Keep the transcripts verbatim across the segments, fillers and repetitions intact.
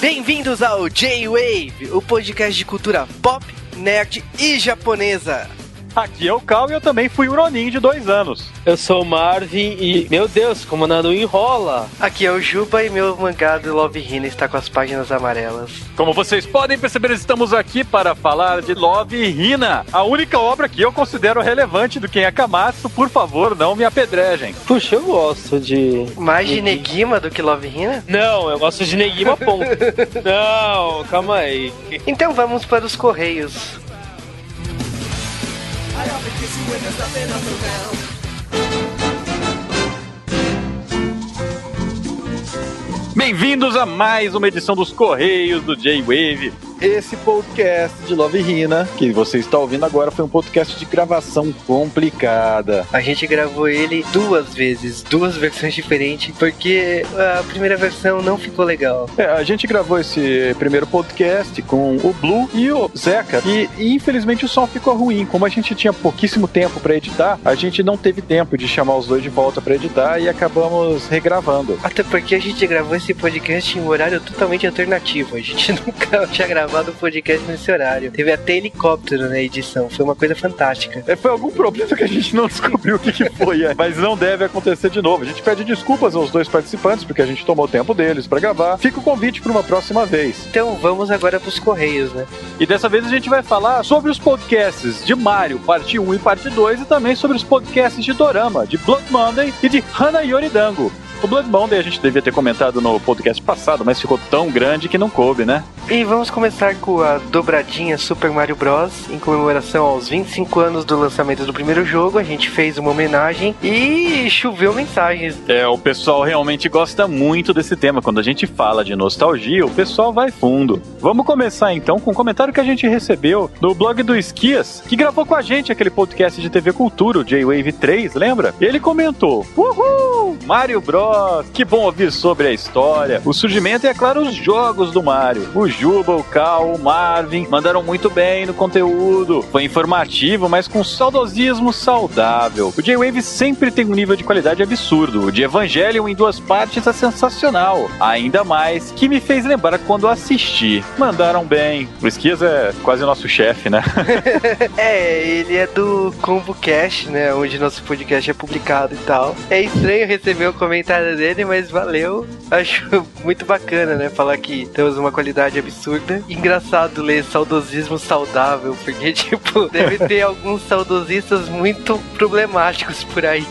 Bem-vindos ao J-Wave, o podcast de cultura pop, nerd e japonesa. Aqui é o Cal e eu também fui um Ronin de dois anos. Eu sou o Marvin e, meu Deus, como o Naru enrola. Aqui é o Juba e meu mangá do Love Hina está com as páginas amarelas. Como vocês podem perceber, estamos aqui para falar de Love Hina, a única obra que eu considero relevante do Ken Akamatsu. Por favor, não me apedrejem. Puxa, eu gosto de... Mais de Negima do que Love Hina? Não, eu gosto de Negima, ponto. Não, calma aí. Então vamos para os Correios. Bem-vindos a mais uma edição dos Correios do J-Wave. Esse podcast de Love Hina, que você está ouvindo agora, foi um podcast de gravação complicada. A gente gravou ele duas vezes, duas versões diferentes, porque a primeira versão não ficou legal. É, a gente gravou esse primeiro podcast com o Blue e o Zeca, e, e infelizmente o som ficou ruim. Como a gente tinha pouquíssimo tempo para editar, a gente não teve tempo de chamar os dois de volta para editar e acabamos regravando. Até porque a gente gravou esse podcast em um horário totalmente alternativo. A gente nunca tinha gravado o podcast nesse horário. Teve até helicóptero na edição. Foi uma coisa fantástica. É, foi algum problema que a gente não descobriu o que, que foi, é. Mas não deve acontecer de novo. A gente pede desculpas aos dois participantes, porque a gente tomou o tempo deles pra gravar. Fica o convite para uma próxima vez. Então vamos agora pros Correios, né? E dessa vez a gente vai falar sobre os podcasts de Mario, parte um e parte dois, e também sobre os podcasts de Dorama, de Blood Monday e de Hana Yoridango. O Blood Monday a gente devia ter comentado no podcast passado, mas ficou tão grande que não coube, né? E vamos começar com a dobradinha Super Mario Bros. Em comemoração aos vinte e cinco anos do lançamento do primeiro jogo. A gente fez uma homenagem e choveu mensagens. É, o pessoal realmente gosta muito desse tema. Quando a gente fala de nostalgia, o pessoal vai fundo. Vamos começar então com um comentário que a gente recebeu no blog do Esquias, que gravou com a gente aquele podcast de T V Cultura, o J-Wave três, lembra? Ele comentou: Uhul! Mario Bros! Que bom ouvir sobre a história, o surgimento e, é claro, os jogos do Mario. O Juba, o Cal, o Marvin mandaram muito bem no conteúdo. Foi informativo, mas com saudosismo saudável. O J-Wave sempre tem um nível de qualidade absurdo. O de Evangelion em duas partes é sensacional. Ainda mais que me fez lembrar quando assisti. Mandaram bem. O Esquias é quase nosso chefe, né? É, ele é do Combo Cash, né? Onde nosso podcast é publicado e tal. É estranho receber o comentário dele, mas valeu. Acho muito bacana, né? Falar que temos uma qualidade absurda. Engraçado ler saudosismo saudável, porque, tipo, deve ter alguns saudosistas muito problemáticos por aí.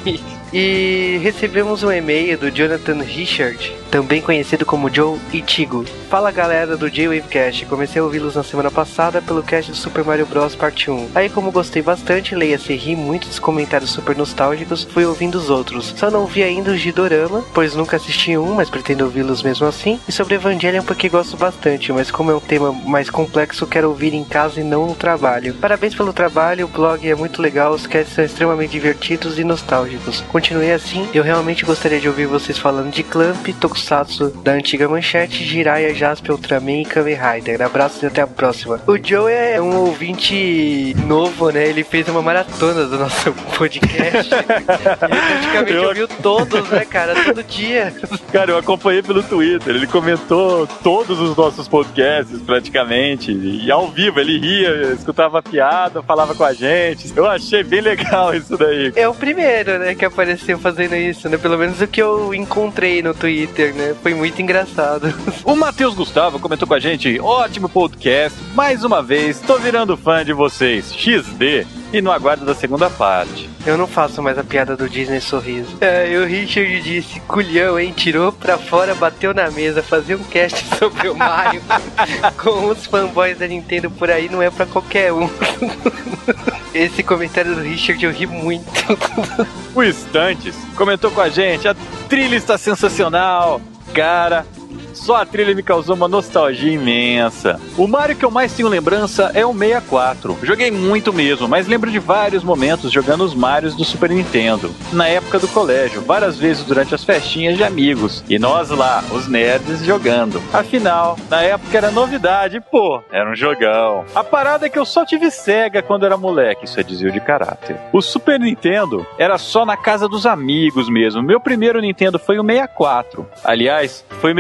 E recebemos um e-mail do Jonathan Richard, também conhecido como Joe Ichigo. Fala galera do J-Wavecast, comecei a ouvi-los na semana passada pelo cast do Super Mario Bros. Parte um. Aí como gostei bastante, leia-se ri muito dos comentários super nostálgicos, fui ouvindo os outros. Só não vi ainda os de Dorama, pois nunca assisti um, mas pretendo ouvi-los mesmo assim. E sobre Evangelion porque gosto bastante, mas como é um tema mais complexo, quero ouvir em casa e não no trabalho. Parabéns pelo trabalho, o blog é muito legal, os casts são extremamente divertidos e nostálgicos. Continue assim, eu realmente gostaria de ouvir vocês falando de Clamp, Tokusatsu, da antiga Manchete, Jiraiya, Jaspion, Ultraman e Kamen Rider. Abraços e até a próxima. O Joe é um ouvinte novo, né? Ele fez uma maratona do nosso podcast. Ele praticamente eu... ouviu todos, né, cara? Todo dia. Cara, eu acompanhei pelo Twitter. Ele comentou todos os nossos podcasts, praticamente. E ao vivo, ele ria, escutava piada, falava com a gente. Eu achei bem legal isso daí. É o primeiro, né, que apareceu fazendo isso, né? Pelo menos o que eu encontrei no Twitter, né? Foi muito engraçado. O Matheus Gustavo comentou com a gente: ótimo podcast, mais uma vez, tô virando fã de vocês, X D, e no aguardo da segunda parte. Eu não faço mais a piada do Disney sorriso. É, e o Richard disse: culhão, hein? Tirou pra fora, bateu na mesa, fazer um cast sobre o Mario com os fanboys da Nintendo por aí não é pra qualquer um. Esse comentário do Richard eu ri muito. O Estantes comentou com a gente: a trilha está sensacional. Cara, só a trilha me causou uma nostalgia imensa. O Mario que eu mais tenho lembrança é o sessenta e quatro. Joguei muito mesmo, mas lembro de vários momentos jogando os Marios do Super Nintendo. Na época do colégio, várias vezes durante as festinhas de amigos. E nós lá, os nerds, jogando. Afinal, na época era novidade, pô, era um jogão. A parada é que eu só tive Sega quando era moleque, isso é desvio de caráter. O Super Nintendo era só na casa dos amigos mesmo. Meu primeiro Nintendo foi o sessenta e quatro. Aliás, foi meu último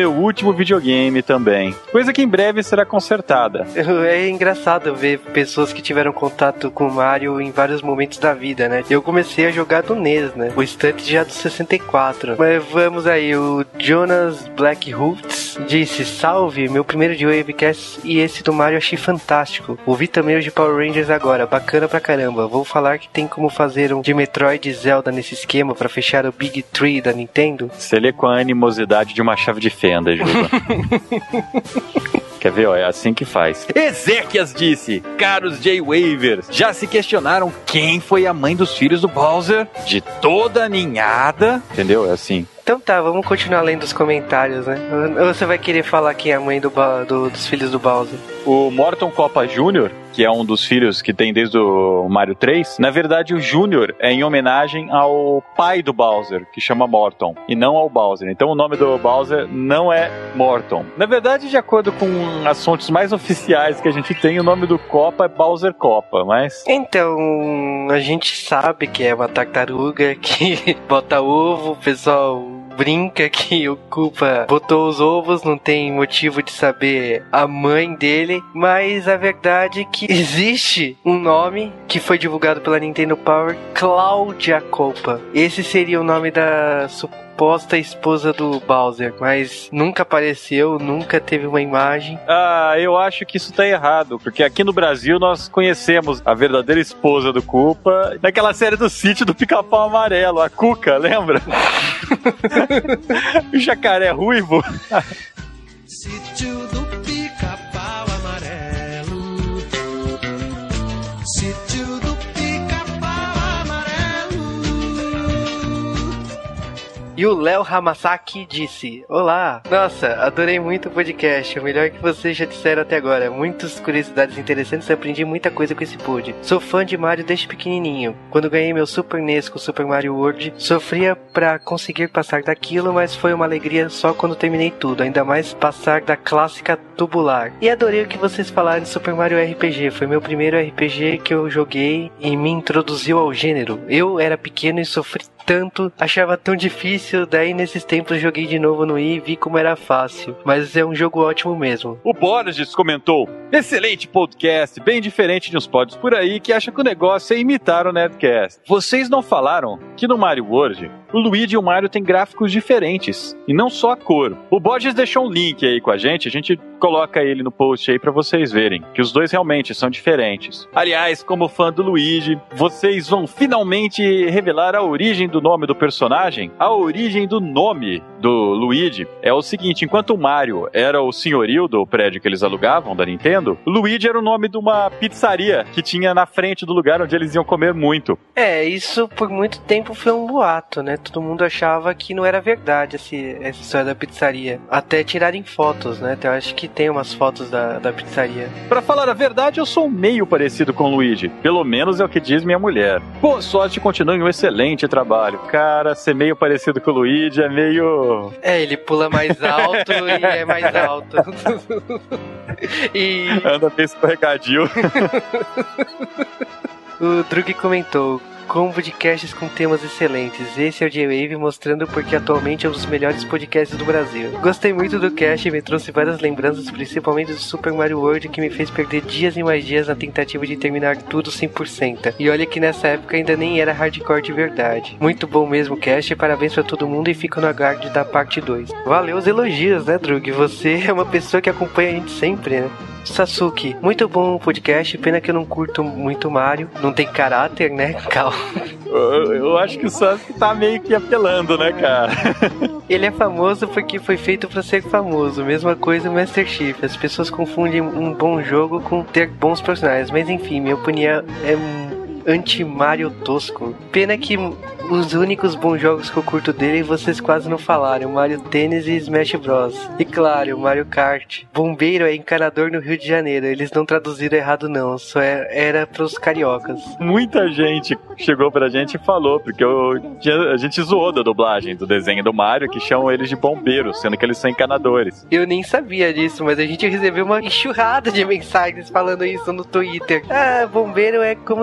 último videogame também. Coisa que em breve será consertada. É engraçado ver pessoas que tiveram contato com o Mario em vários momentos da vida, né? Eu comecei a jogar do N E S, né? O estante já do sessenta e quatro. Mas vamos aí, o Jonas Blackhoots disse: salve, meu primeiro de Wavecast e esse do Mario achei fantástico. Ouvi também o de Power Rangers agora, bacana pra caramba. Vou falar que tem como fazer um de Metroid e Zelda nesse esquema pra fechar o Big Tree da Nintendo? Você lê com a animosidade de uma chave de fenda, Juba. Quer ver, ó, é assim que faz. Ezequias disse: caros J-Wavers, já se questionaram quem foi a mãe dos filhos do Bowser? De toda a ninhada? Entendeu? É assim. Então tá, vamos continuar lendo os comentários, né? Ou você vai querer falar quem é a mãe do, do, dos filhos do Bowser? O Morton Copa Júnior, que é um dos filhos que tem desde o Mario três, na verdade o Júnior é em homenagem ao pai do Bowser, que chama Morton, e não ao Bowser. Então o nome do Bowser não é Morton. Na verdade, de acordo com as fontes mais oficiais que a gente tem, o nome do Copa é Bowser Copa, mas... Então, a gente sabe que é uma tartaruga que bota ovo, o pessoal brinca que o Koopa botou os ovos, não tem motivo de saber a mãe dele, mas a verdade é que existe um nome que foi divulgado pela Nintendo Power, Cláudia Koopa. Esse seria o nome da suposta esposa do Bowser, mas nunca apareceu, nunca teve uma imagem. Ah, eu acho que isso tá errado, porque aqui no Brasil nós conhecemos a verdadeira esposa do Koopa naquela série do Sítio do Pica-Pau Amarelo, a Cuca, lembra? O jacaré ruivo. Sítio do Pica-Pau Amarelo. Sítio do Pica-Pau Amarelo. E o Léo Hamasaki disse: olá, nossa, adorei muito o podcast, o melhor que vocês já disseram até agora. Muitas curiosidades interessantes e aprendi muita coisa com esse pod. Sou fã de Mario desde pequenininho. Quando ganhei meu Super N E S com Super Mario World, sofria pra conseguir passar daquilo, mas foi uma alegria só quando terminei tudo, ainda mais passar da clássica tubular. E adorei o que vocês falaram de Super Mario R P G, foi meu primeiro R P G que eu joguei e me introduziu ao gênero. Eu era pequeno e sofri tanto, achava tão difícil, daí nesses tempos joguei de novo no Wii e vi como era fácil, mas é um jogo ótimo mesmo. O Borges comentou: excelente podcast, bem diferente de uns pods por aí que acham que o negócio é imitar o Nerdcast. Vocês não falaram que no Mario World o Luigi e o Mario têm gráficos diferentes, e não só a cor. O Borges deixou um link aí com a gente, a gente coloca ele no post aí pra vocês verem, que os dois realmente são diferentes. Aliás, como fã do Luigi, vocês vão finalmente revelar a origem do nome do personagem? A origem do nome do Luigi é o seguinte: enquanto o Mario era o senhorio do prédio que eles alugavam da Nintendo, o Luigi era o nome de uma pizzaria que tinha na frente do lugar onde eles iam comer muito. É, isso por muito tempo foi um boato, né? Todo mundo achava que não era verdade esse, essa história da pizzaria. Até tirarem fotos, né? Eu acho que tem umas fotos da, da pizzaria. Pra falar a verdade, eu sou meio parecido com o Luigi. Pelo menos é o que diz minha mulher. Boa sorte, continue um excelente trabalho. Cara, ser meio parecido com o Luigi é meio... É, ele pula mais alto e é mais alto. E... anda bem escorregadio. O Drug comentou: combo de casts com temas excelentes. Esse é o J-Wave mostrando porque atualmente é um dos melhores podcasts do Brasil. Gostei muito do cast e me trouxe várias lembranças, principalmente do Super Mario World, que me fez perder dias e mais dias na tentativa de terminar tudo cem por cento. E olha que nessa época ainda nem era hardcore de verdade. Muito bom mesmo o cast, parabéns pra todo mundo e fico no aguardo da parte dois. Valeu os elogios, né, Drug? Você é uma pessoa que acompanha a gente sempre, né? Sasuke, muito bom o podcast, pena que eu não curto muito Mario, não tem caráter, né? Calma. Eu, eu acho que o Sasuke tá meio que apelando, né, cara? Ele é famoso porque foi feito pra ser famoso, mesma coisa o Master Chief. As pessoas confundem um bom jogo com ter bons personagens, mas enfim, minha opinião é anti-Mario tosco. Pena que os únicos bons jogos que eu curto dele vocês quase não falaram: Mario Tênis e Smash Bros. E claro, Mario Kart. Bombeiro é encanador no Rio de Janeiro. Eles não traduziram errado não, só era pros cariocas. Muita gente chegou pra gente e falou, porque eu, a gente zoou da dublagem do desenho do Mario, que chamam eles de bombeiros, sendo que eles são encanadores. Eu nem sabia disso, mas a gente recebeu uma enxurrada de mensagens falando isso no Twitter. Ah, bombeiro é como se fala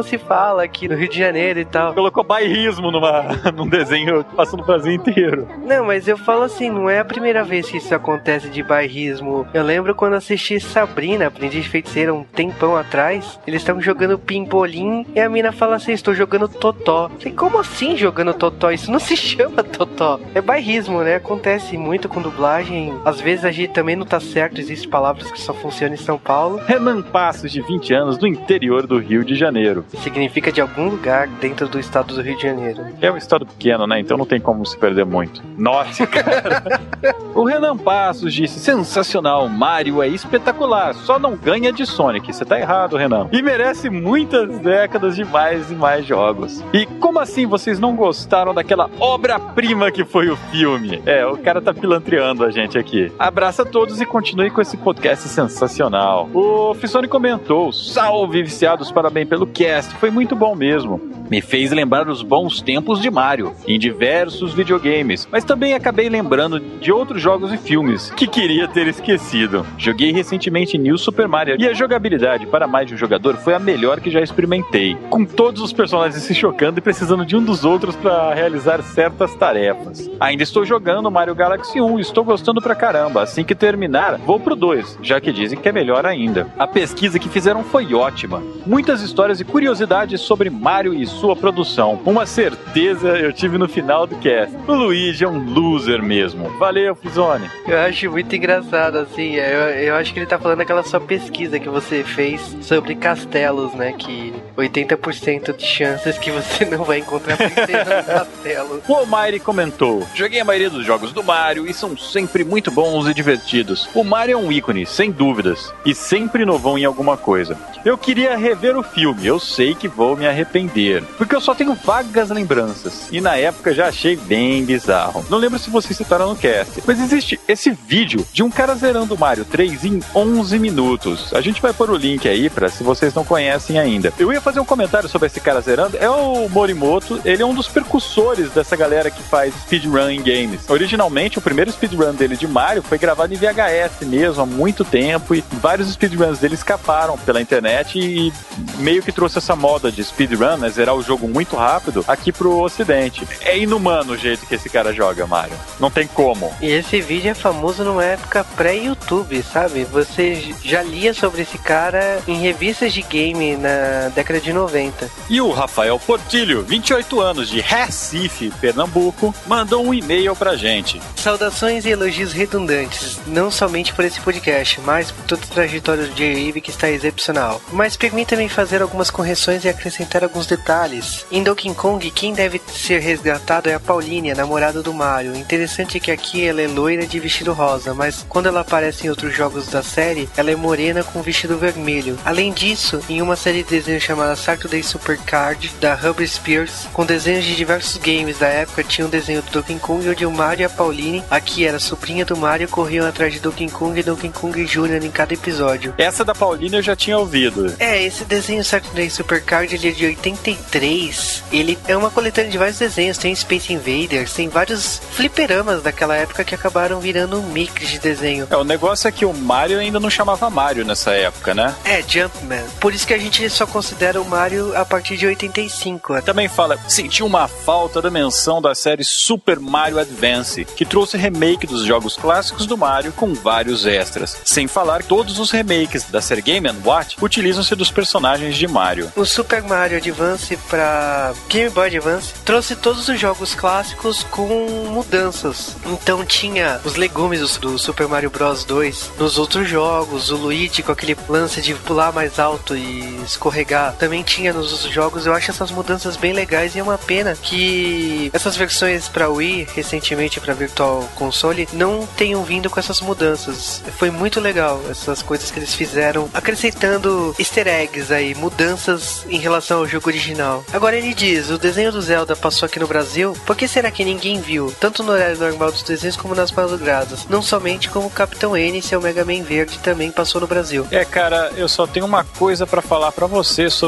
fala aqui no Rio de Janeiro e tal. Colocou bairrismo numa, num desenho passando no Brasil inteiro. Não, mas eu falo assim, não é a primeira vez que isso acontece de bairrismo. Eu lembro quando assisti Sabrina, Aprendiz de Feiticeira, um tempão atrás, eles estavam jogando pimbolim e a mina fala assim, estou jogando totó. Eu falei, como assim jogando totó? Isso não se chama totó. É bairrismo, né? Acontece muito com dublagem. Às vezes a gente também não tá certo, existem palavras que só funcionam em São Paulo. Renan Passos, de vinte anos, do interior do Rio de Janeiro. Significa de algum lugar dentro do estado do Rio de Janeiro. É um estado pequeno, né? Então não tem como se perder muito. Nossa, cara. O Renan Passos disse, sensacional, Mario é espetacular, só não ganha de Sonic. Você tá errado, Renan. E merece muitas décadas de mais e mais jogos. E como assim vocês não gostaram daquela obra-prima que foi o filme? É, o cara tá pilantriando a gente aqui. Abraço a todos e continue com esse podcast sensacional. O Fissoni comentou, salve viciados, parabéns pelo cast, foi muito bom mesmo. Me fez lembrar os bons tempos de Mario, em diversos videogames, mas também acabei lembrando de outros jogos e filmes que queria ter esquecido. Joguei recentemente New Super Mario e a jogabilidade para mais de um jogador foi a melhor que já experimentei, com todos os personagens se chocando e precisando de um dos outros para realizar certas tarefas. Ainda estou jogando Mario Galaxy um e estou gostando pra caramba. Assim que terminar, vou pro dois, já que dizem que é melhor ainda. A pesquisa que fizeram foi ótima. Muitas histórias e curiosidades sobre Mario e sua produção. Uma certeza eu tive no final do cast. O Luigi é um loser mesmo. Valeu, Fizone. Eu acho muito engraçado, assim, eu, eu acho que ele tá falando daquela sua pesquisa que você fez sobre castelos, né, que oitenta por cento de chances que você não vai encontrar princesa no castelo. O Almighty comentou, joguei a maioria dos jogos do Mario e são sempre muito bons e divertidos. O Mario é um ícone, sem dúvidas, e sempre inovou em alguma coisa. Eu queria rever o filme, eu sei que vou me arrepender, porque eu só tenho vagas lembranças, e na época já achei bem bizarro. Não lembro se vocês citaram no cast, mas existe esse vídeo de um cara zerando o Mario três em onze minutos. A gente vai pôr o link aí, pra se vocês não conhecem ainda. Eu ia fazer um comentário sobre esse cara zerando, é o Morimoto, ele é um dos percussores dessa galera que faz speedrun em games. Originalmente, o primeiro speedrun dele de Mario foi gravado em V H S mesmo, há muito tempo, e vários speedruns dele escaparam pela internet e meio que trouxe essa moda de speedrun, né, zerar o jogo muito rápido, aqui pro ocidente. É inumano o jeito que esse cara joga Mario. Não tem como. E esse vídeo é famoso numa época pré-YouTube, sabe? Você já lia sobre esse cara em revistas de game na década de noventa. E o Rafael Portilho, vinte e oito anos, de Recife, Pernambuco, mandou um e-mail pra gente. Saudações e elogios redundantes, não somente por esse podcast, mas por toda a trajetória do J. Ive que está excepcional. Mas permita-me fazer algumas correções e acrescentar alguns detalhes. Em Donkey Kong, quem deve ser resgatado é a Pauline, a namorada do Mario. Interessante é que aqui ela é loira de vestido rosa, mas quando ela aparece em outros jogos da série, ela é morena com vestido vermelho. Além disso, em uma série de desenhos chamada Saturday Supercard, da Hubble Spears, com desenhos de diversos games da época, tinha um desenho do Donkey Kong onde o Mario e a Pauline, aqui era a sobrinha do Mario, corriam atrás de Donkey Kong e Donkey Kong Júnior em cada episódio. Essa da Pauline eu já tinha ouvido. É, esse desenho Saturday Supercard, ele é de oitenta e três. Ele é uma coletânea de vários desenhos. Tem Space Invaders, tem vários fliperamas daquela época que acabaram virando um mix de desenho. É, o negócio é que o Mario ainda não chamava Mario nessa época, né? É, Jumpman. Por isso que a gente só considera o Mario a partir de oitenta e cinco. Também fala, senti uma falta da menção da série Super Mario Advance, que trouxe remake dos jogos clássicos do Mario com vários extras. Sem falar que todos os remakes da série Game and Watch utilizam-se dos personagens de Mario. O Super Mario Advance para Game Boy Advance trouxe todos os jogos clássicos com mudanças. Então tinha os legumes do Super Mario Bros dois nos outros jogos, o Luigi com aquele lance de pular mais alto e escorregar também tinha nos outros jogos. Eu acho essas mudanças bem legais e é uma pena que essas versões para Wii, recentemente para Virtual Console, não tenham vindo com essas mudanças. Foi muito legal essas coisas que eles fizeram, acrescentando easter eggs aí, mudanças em relação ao jogo original. Agora ele diz, o desenho do Zelda passou aqui no Brasil, por que será que ninguém viu? Tanto no horário normal dos desenhos como nas madrugadas. Não somente como o Capitão N e seu Mega Man Verde também passou no Brasil. É, cara, eu só tenho uma coisa pra falar pra você sobre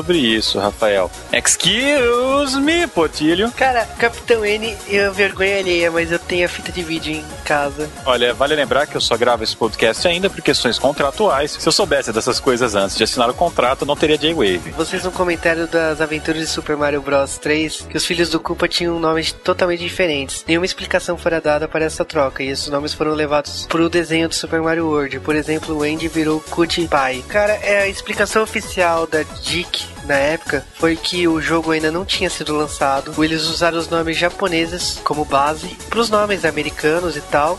sobre isso, Rafael. Excuse me, Portilho. Cara, Capitão N, eu vergonha alheia, mas eu tenho a fita de vídeo em casa. Olha, vale lembrar que eu só gravo esse podcast ainda por questões contratuais. Se eu soubesse dessas coisas antes de assinar o contrato, não teria J-Wave. Vocês no comentário das aventuras de Super Mario Bros três, que os filhos do Koopa tinham nomes totalmente diferentes. Nenhuma explicação fora dada para essa troca, e esses nomes foram levados pro desenho do Super Mario World. Por exemplo, o Andy virou Cutie Pie. Cara, é a explicação oficial da D I C na época foi que o jogo ainda não tinha sido lançado. Eles usaram os nomes japoneses como base pros nomes americanos e tal,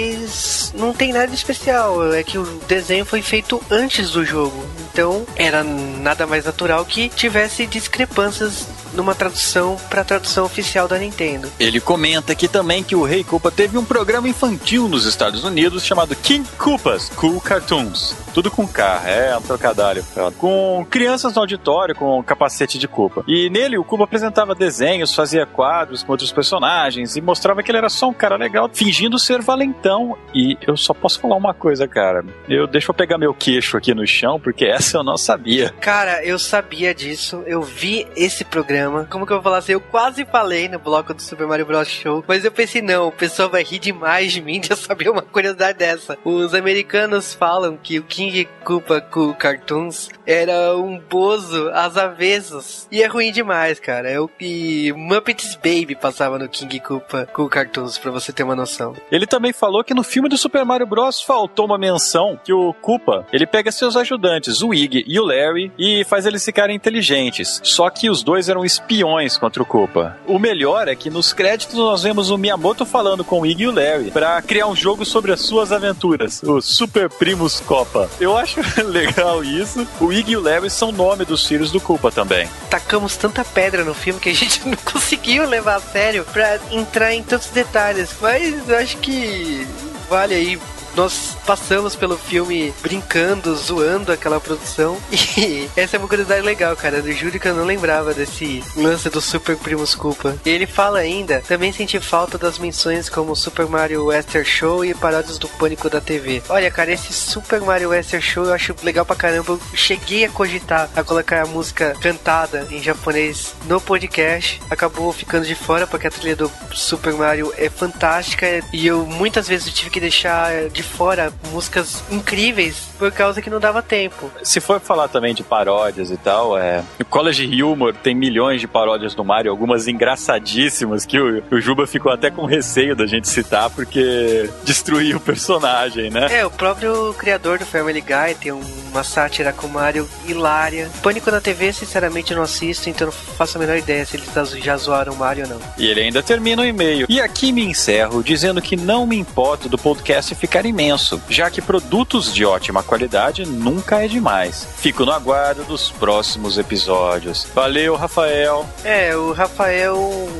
mas não tem nada de especial. É que o desenho foi feito antes do jogo, então era nada mais natural que tivesse discrepâncias numa tradução para a tradução oficial da Nintendo. Ele comenta aqui também que o Rei Koopa teve um programa infantil nos Estados Unidos chamado King Koopas Cool Cartoons. Tudo com K, é um trocadilho. Com crianças no auditório com capacete de Koopa. E nele o Koopa apresentava desenhos, fazia quadros com outros personagens e mostrava que ele era só um cara legal fingindo ser valentão. E eu só posso falar uma coisa, cara. Eu deixa eu pegar meu queixo aqui no chão, porque essa eu não sabia. Cara, eu sabia disso. Eu vi esse programa. Como que eu vou falar assim? Eu quase falei no bloco do Super Mario Bros. Show, mas eu pensei, não, o pessoal vai rir demais de mim de eu saber uma curiosidade dessa. Os americanos falam que o King Koopa Cool Cartoons era um bozo às avessas. E é ruim demais, cara. É o que Muppets Baby passava no King Koopa Cool Cartoons, pra você ter uma noção. Ele também falou que no filme do Super Mario Bros. Faltou uma menção que o Koopa, ele pega seus ajudantes, o Iggy e o Larry, e faz eles ficarem inteligentes. Só que os dois eram espiões contra o Koopa. O melhor é que nos créditos nós vemos o Miyamoto falando com o Iggy e o Larry pra criar um jogo sobre as suas aventuras, o Super Primus Koopa. Eu acho legal isso. O Iggy e o Larry são nome dos filhos do Koopa também. Tacamos tanta pedra no filme que a gente não conseguiu levar a sério pra entrar em tantos detalhes, mas eu acho que vale aí. Nós passamos pelo filme brincando, zoando aquela produção. E essa é uma curiosidade legal, cara. Eu juro que eu não lembrava desse lance do Super Primus Koopa. E ele fala ainda, também senti falta das menções como Super Mario Western Show e paródias do Pânico da T V. Olha, cara, esse Super Mario Western Show eu acho legal pra caramba. Eu cheguei a cogitar a colocar a música cantada em japonês no podcast. Acabou ficando de fora porque a trilha do Super Mario é fantástica. E eu muitas vezes eu tive que deixar de fora músicas incríveis por causa que não dava tempo. Se for falar também de paródias e tal, é... o College Humor tem milhões de paródias do Mario, algumas engraçadíssimas que o, o Juba ficou até com receio da gente citar porque destruiu o personagem, né? É, o próprio criador do Family Guy tem uma sátira com o Mario hilária. Pânico na T V, sinceramente, eu não assisto, então não faço a menor ideia se eles já zoaram o Mario ou não. E ele ainda termina o e-mail. E aqui me encerro dizendo que não me importo do podcast ficar imenso, já que produtos de ótima qualidade nunca é demais. Fico no aguardo dos próximos episódios. Valeu, Rafael. É, o Rafael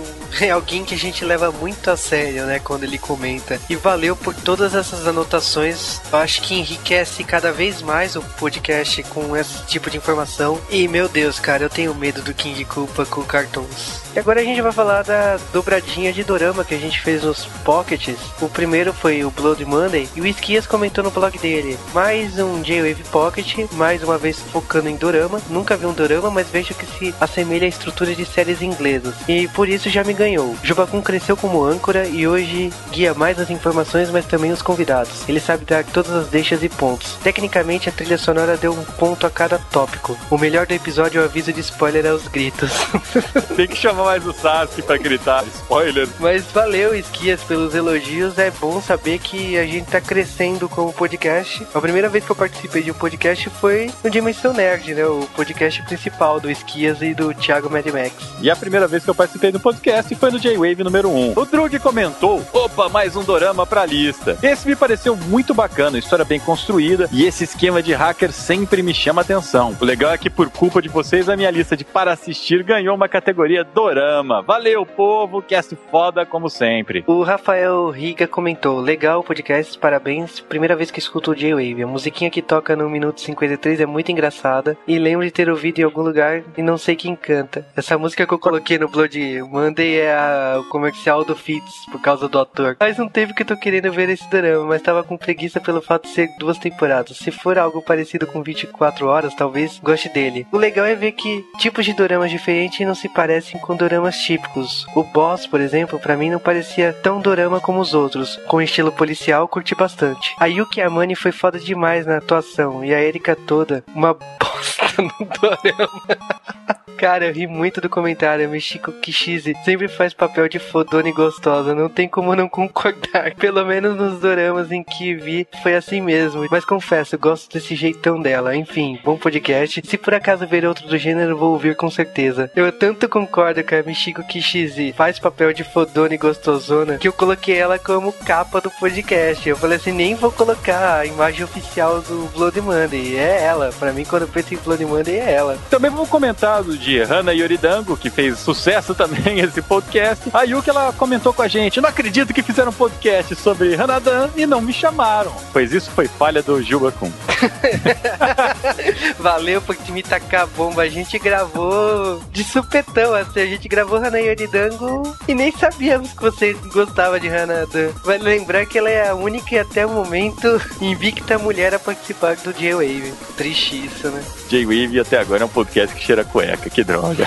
é alguém que a gente leva muito a sério, né, quando ele comenta. E valeu por todas essas anotações. Eu acho que enriquece cada vez mais o podcast com esse tipo de informação. E, meu Deus, cara, eu tenho medo do King Koopa com cartoons. E agora a gente vai falar da dobradinha de dorama que a gente fez nos Pockets. O primeiro foi o Blood Monday e o Esquias comentou no blog dele. Mais um J-Wave Pocket, mais uma vez focando em dorama. Nunca vi um dorama, mas vejo que se assemelha à estrutura de séries inglesas. E por isso já me ganhou. Jubacum cresceu como âncora e hoje guia mais as informações, mas também os convidados. Ele sabe dar todas as deixas e pontos. Tecnicamente, a trilha sonora deu um ponto a cada tópico. O melhor do episódio é o aviso de spoiler aos gritos. Tem que chamar mais o Sasuke pra gritar spoiler. Mas valeu, Esquias, pelos elogios. É bom saber que a gente tá crescendo como podcast. A primeira vez que eu participei de um podcast foi no Dimensão Nerd, né? O podcast principal do Esquias e do Thiago Mad Max. E a primeira vez que eu participei do podcast foi no J-Wave número um. O Drug comentou: opa, mais um dorama pra lista. Esse me pareceu muito bacana, história bem construída, e esse esquema de hacker sempre me chama atenção. O legal é que por culpa de vocês, a minha lista de para assistir ganhou uma categoria dorama. Valeu, povo, cast foda como sempre. O Rafael Riga comentou: legal o podcast, parabéns, primeira vez que escuto o J-Wave. A musiquinha que toca no minuto cinquenta e três é muito engraçada e lembro de ter ouvido em algum lugar e não sei quem canta. Essa música que eu coloquei no Blood Monday é a, o comercial do Fitz, por causa do ator. Faz um tempo que eu tô querendo ver esse dorama, mas tava com preguiça pelo fato de ser duas temporadas. Se for algo parecido com vinte e quatro horas, talvez goste dele. O legal é ver que tipos de doramas diferentes não se parecem com doramas típicos. O Boss, por exemplo, pra mim não parecia tão dorama como os outros. Com estilo policial, curti bastante. A Yuki Amane foi foda demais na atuação, e a Erika toda, uma bosta no dorama. Cara, eu ri muito do comentário. Michiko Kishizi sempre faz papel de fodona e gostosa. Não tem como não concordar. Pelo menos nos doramas em que vi, foi assim mesmo. Mas confesso, gosto desse jeitão dela. Enfim, bom podcast. Se por acaso ver outro do gênero, vou ouvir com certeza. Eu tanto concordo que a Michiko Kishizi faz papel de fodona e gostosona, que eu coloquei ela como capa do podcast. Eu falei assim, nem vou colocar a imagem oficial do Blood Monday. É ela. Pra mim, quando eu penso em Blood Monday, é ela. Também vamos comentar do de Hana Yoridango, que fez sucesso também esse podcast. A Yuki, ela comentou com a gente: não acredito que fizeram um podcast sobre Hanadan e não me chamaram. Pois isso foi falha do Juba-kun. Valeu por me tacar a bomba. A gente gravou de supetão, assim. A gente gravou Hana Yoridango e nem sabíamos que você gostava de Hanadan. Vale lembrar que ela é a única e até o momento invicta mulher a participar do J-Wave. Triste isso, né? J-Wave até agora é um podcast que cheira cueca. Que droga.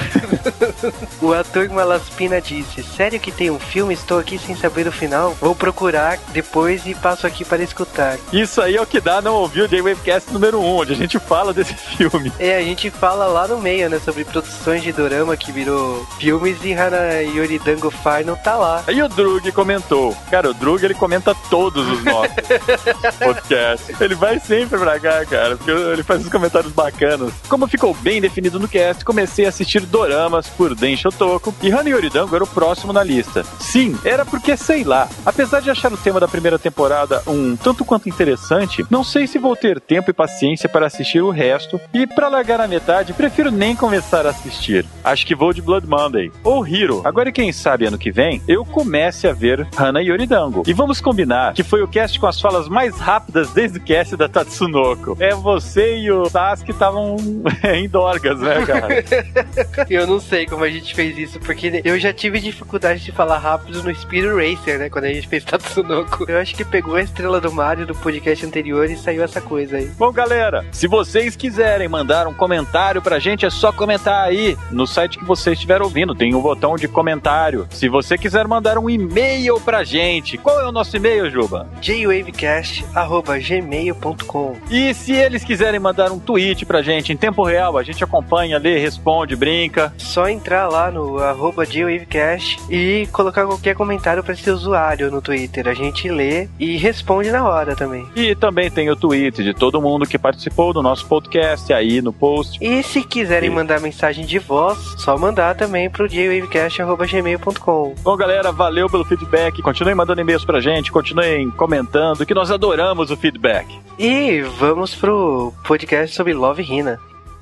O ator Malaspina disse: sério que tem um filme? Estou aqui sem saber o final. Vou procurar depois e passo aqui para escutar. Isso aí é o que dá não ouvir o J-Wavecast número um, onde a gente fala desse filme. É, a gente fala lá no meio, né, sobre produções de dorama que virou filmes, e Hana Yoridango Final tá lá. Aí o Drug comentou. Cara, o Drug, ele comenta todos os nossos podcasts. Ele vai sempre pra cá, cara, porque ele faz uns comentários bacanas. Como ficou bem definido no cast, comecei a assistir doramas por Den Shotoko e Hana Yoridango era o próximo na lista. Sim, era porque, sei lá, apesar de achar o tema da primeira temporada um tanto quanto interessante, não sei se vou ter tempo e paciência para assistir o resto, e pra largar na metade, prefiro nem começar a assistir. Acho que vou de Blood Monday ou Hero. Agora, quem sabe ano que vem eu comece a ver Hana Yoridango. E vamos combinar que foi o cast com as falas mais rápidas desde o cast da Tatsunoko. É, você e o Sasuke estavam em dorgas, né, cara? Eu não sei como a gente fez isso, porque eu já tive dificuldade de falar rápido no Speed Racer, né, quando a gente fez Tatsunoko. Eu acho que pegou a estrela do Mario do podcast anterior e saiu essa coisa aí. Bom, galera, se vocês quiserem mandar um comentário pra gente, é só comentar aí no site que você estiver ouvindo, tem um botão de comentário. Se você quiser mandar um e-mail pra gente, qual é o nosso e-mail, Juba? j wavecast arroba gmail ponto com. E se eles quiserem mandar um tweet pra gente em tempo real, a gente acompanha, lê, responde, brinca. Só entrar lá no arroba jwavecast e colocar qualquer comentário pra esse usuário no Twitter. A gente lê e responde na hora também. E também tem o tweet de todo mundo que participou do nosso podcast aí no post. E se quiserem e... mandar mensagem de voz, só mandar também pro j wavecast arroba gmail ponto com. Bom, galera, valeu pelo feedback. Continuem mandando e-mails pra gente, continuem comentando, que nós adoramos o feedback. E vamos pro podcast sobre Love Hina.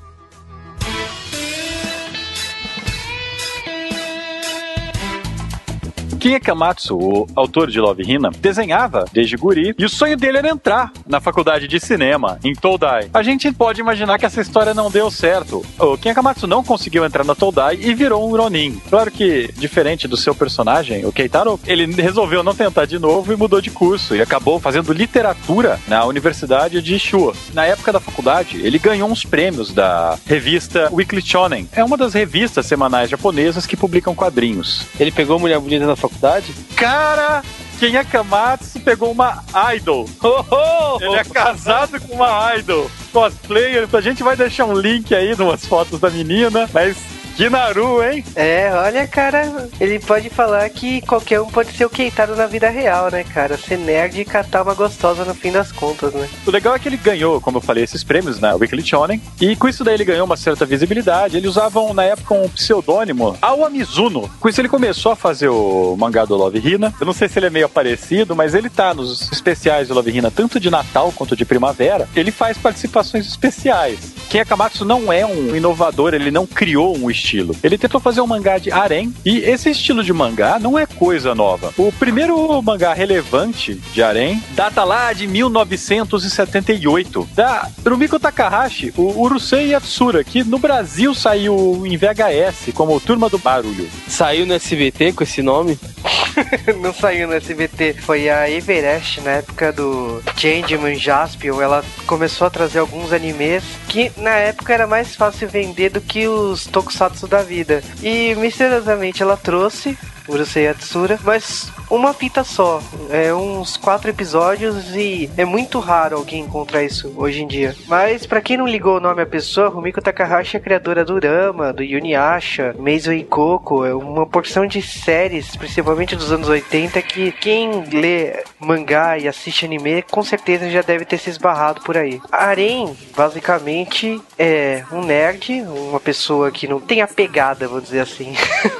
Ken Akamatsu, o autor de Love Hina, desenhava desde guri e o sonho dele era entrar na faculdade de cinema em Todai. A gente pode imaginar que essa história não deu certo. O Ken Akamatsu não conseguiu entrar na Todai e virou um Ronin. Claro que, diferente do seu personagem, o Keitaro, ele resolveu não tentar de novo e mudou de curso e acabou fazendo literatura na Universidade de Shua. Na época da faculdade, ele ganhou uns prêmios da revista Weekly Shonen. É uma das revistas semanais japonesas que publicam quadrinhos. Ele pegou mulher bonita na faculdade? Cara, Ken Akamatsu pegou uma idol. Oh, oh, Ele é casado com uma idol. Cosplayer. A gente vai deixar um link aí numas fotos da menina, mas... que Naru, hein? É, olha, cara, ele pode falar que qualquer um pode ser o Keitaro na vida real, né, cara? Ser nerd e catar uma gostosa no fim das contas, né? O legal é que ele ganhou, como eu falei, esses prêmios na Weekly Shonen, e com isso daí ele ganhou uma certa visibilidade. Eles usavam, na época, um pseudônimo, Awa Mizuno. Com isso ele começou a fazer o mangá do Love Hina. Eu não sei se ele é meio parecido, mas ele tá nos especiais do Love Hina, tanto de Natal quanto de primavera. Ele faz participações especiais. Ken Akamatsu não é um inovador, ele não criou um estilo. Ele tentou fazer um mangá de harém, e esse estilo de mangá não é coisa nova. O primeiro mangá relevante de harém data lá de mil novecentos e setenta e oito, da Rumiko Takahashi, o Urusei Yatsura, que no Brasil saiu em V H S como Turma do Barulho. Saiu no S B T com esse nome? Não saiu no S B T, foi a Everest, na época do Changeman Jaspion. Ela começou a trazer alguns animes que na época era mais fácil vender do que os tokusatsu da vida. E misteriosamente ela trouxe Urusei Yatsura, mas uma fita só, é uns quatro episódios, e é muito raro alguém encontrar isso hoje em dia. Mas pra quem não ligou o nome à pessoa, Rumiko Takahashi é a criadora do Rama, do Yuniasha, Meizo Ikoko, é uma porção de séries, principalmente dos anos oitenta, que quem lê mangá e assiste anime com certeza já deve ter se esbarrado por aí. Harém, basicamente, é um nerd, uma pessoa que não tem a pegada, vou dizer assim.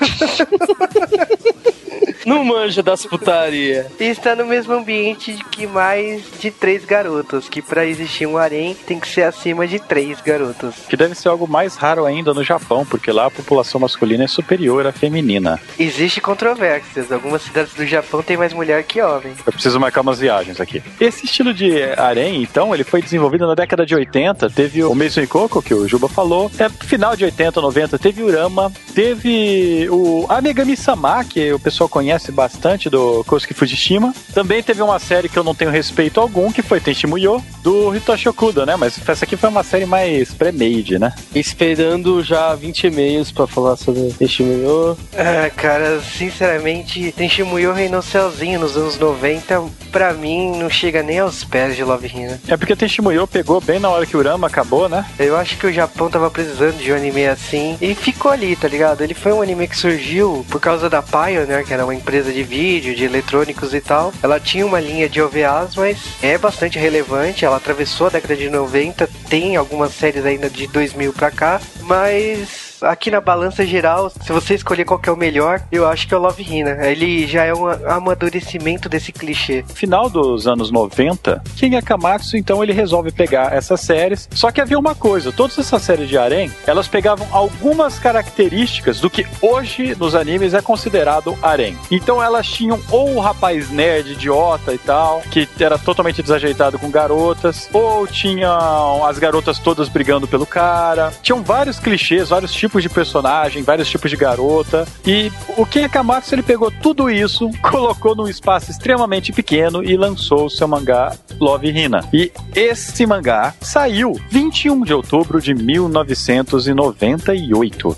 Não manja das putaria. E está no mesmo ambiente que mais de três garotas, que pra existir um harém tem que ser acima de três garotas. Que deve ser algo mais raro ainda no Japão, porque lá a população masculina é superior à feminina. Existe controvérsias, algumas cidades do Japão tem mais mulher que homem. Eu preciso marcar umas viagens aqui. Esse estilo de harém, então, ele foi desenvolvido na década de oitenta, teve o Meizo Ikoko, que o Juba falou, é, final de oitenta, noventa, teve o Rama, teve o Amegami-sama, que o pessoal conhece bastante, do Kosuke Fujishima. Também teve uma série que eu não tenho respeito algum, que foi Tenchi Muyo, do Hitoshi Okuda, né? Mas essa aqui foi uma série mais pré-made, né? Esperando já vinte e-mails pra falar sobre Tenchi Muyo. Ah, cara, sinceramente, Tenchi Muyo reinou sozinho nos anos noventa. Pra mim, não chega nem aos pés de Love Hina. É porque Tenchi Muyo pegou bem na hora que o Rama acabou, né? Eu acho que o Japão tava precisando de um anime assim, e ficou ali, tá ligado? Ele foi um anime que surgiu por causa da Pioneer, que era uma empresa de vídeo, de eletrônicos e tal. Ela tinha uma linha de O V As, mas é bastante relevante. Ela atravessou a década de noventa, tem algumas séries ainda de dois mil pra cá, mas aqui na balança geral, se você escolher qual que é o melhor, eu acho que é o Love Hina. Ele já é um amadurecimento desse clichê. Final dos anos noventa, Ken Akamatsu, então, ele resolve pegar essas séries. Só que havia uma coisa, todas essas séries de harém, elas pegavam algumas características do que hoje nos animes é considerado harém. Então elas tinham ou o rapaz nerd, idiota e tal, que era totalmente desajeitado com garotas, ou tinham as garotas todas brigando pelo cara. Tinham vários clichês, vários tipos de personagem, vários tipos de garota, e o Ken Akamatsu, ele pegou tudo isso, colocou num espaço extremamente pequeno e lançou o seu mangá Love Hina. E esse mangá saiu vinte e um de outubro de mil novecentos e noventa e oito.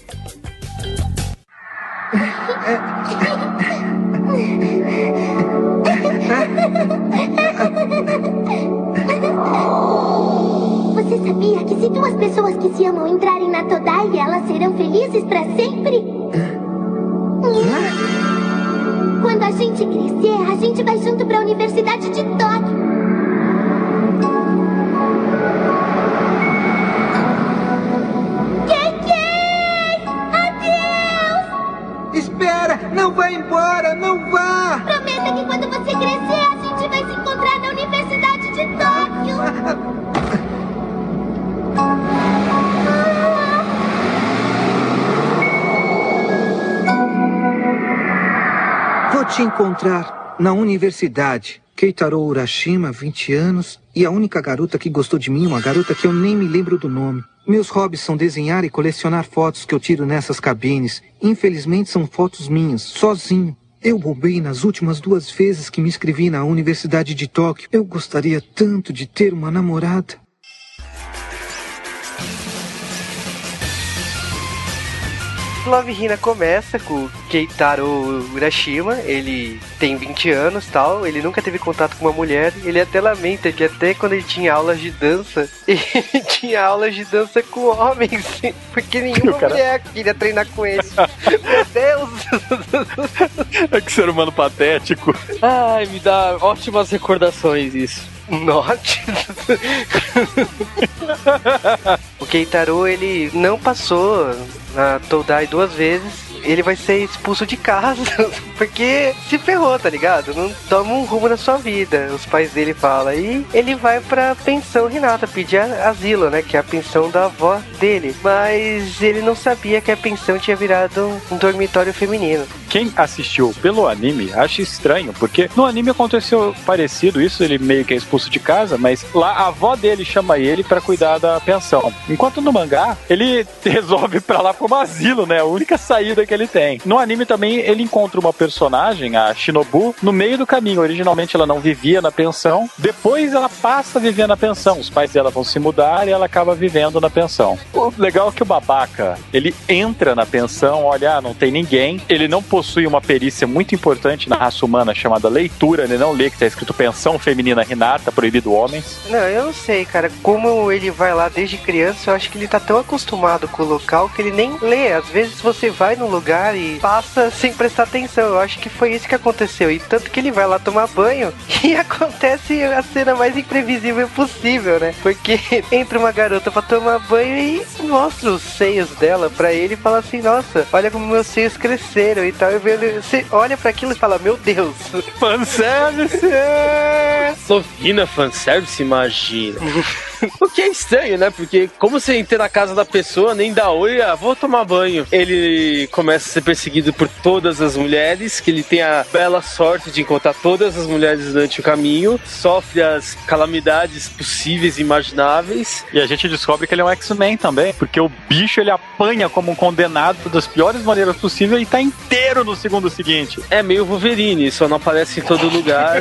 Você sabia que se duas pessoas que se amam entrarem na Todai, elas serão felizes pra sempre? Quando a gente crescer, a gente vai junto pra Universidade de Tóquio. Kei-Kei! Adeus! Espera! Não vá embora! Não vá! Prometa que quando você crescer, a gente vai se encontrar na Universidade de Tóquio. Vou te encontrar na universidade. Keitaro Urashima, vinte anos, e a única garota que gostou de mim, uma garota que eu nem me lembro do nome. Meus hobbies são desenhar e colecionar fotos que eu tiro nessas cabines. Infelizmente são fotos minhas, sozinho. Eu bombei nas últimas duas vezes que me inscrevi na Universidade de Tóquio. Eu gostaria tanto de ter uma namorada. Love Hina começa com o Keitaro Urashima. Ele tem vinte anos e tal, ele nunca teve contato com uma mulher. Ele até lamenta que até quando ele tinha aulas de dança, ele tinha aulas de dança com homens, porque nenhuma cara... mulher queria treinar com ele. Meu Deus! É que ser humano patético. Ai, me dá ótimas recordações isso. Note. O Keitaro, ele não passou na Todai duas vezes. Ele vai ser expulso de casa porque se ferrou, tá ligado? Não toma um rumo na sua vida, os pais dele falam. E ele vai pra pensão Hinata, pedir asilo, né? Que é a pensão da avó dele. Mas ele não sabia que a pensão tinha virado um dormitório feminino. Quem assistiu pelo anime acha estranho, porque no anime aconteceu parecido isso, ele meio que é expulso de casa, mas lá a avó dele chama ele pra cuidar da pensão. Enquanto no mangá, ele resolve ir pra lá como asilo, né? A única saída que ele tem. No anime também, ele encontra uma personagem, a Shinobu, no meio do caminho. Originalmente ela não vivia na pensão, depois ela passa a viver na pensão. Os pais dela vão se mudar e ela acaba vivendo na pensão. O legal é que o babaca, ele entra na pensão, olha, ah, não tem ninguém, ele não possui uma perícia muito importante na raça humana chamada leitura, ele não lê que tá escrito pensão feminina Hinata, proibido homens. Não, eu não sei, cara, como ele vai lá desde criança, eu acho que ele tá tão acostumado com o local que ele nem lê. Às vezes você vai num lugar e passa sem prestar atenção. Eu acho que foi isso que aconteceu. E tanto que ele vai lá tomar banho e acontece a cena mais imprevisível possível, né? Porque entra uma garota pra tomar banho e mostra os seios dela pra ele e fala assim, nossa, olha como meus seios cresceram e tal. E você olha pra aquilo e fala, meu Deus, fanservice! Lovina fanservice, imagina. O que é estranho, né? Porque como você entra na casa da pessoa, nem dá oi, ah, vou tomar banho. Ele começa a ser perseguido por todas as mulheres, que ele tem a bela sorte de encontrar todas as mulheres durante o caminho, sofre as calamidades possíveis e imagináveis. E a gente descobre que ele é um X-Men também, porque o bicho ele apanha como um condenado das piores maneiras possíveis e tá inteiro no segundo seguinte. É meio Wolverine, só não aparece em todo lugar.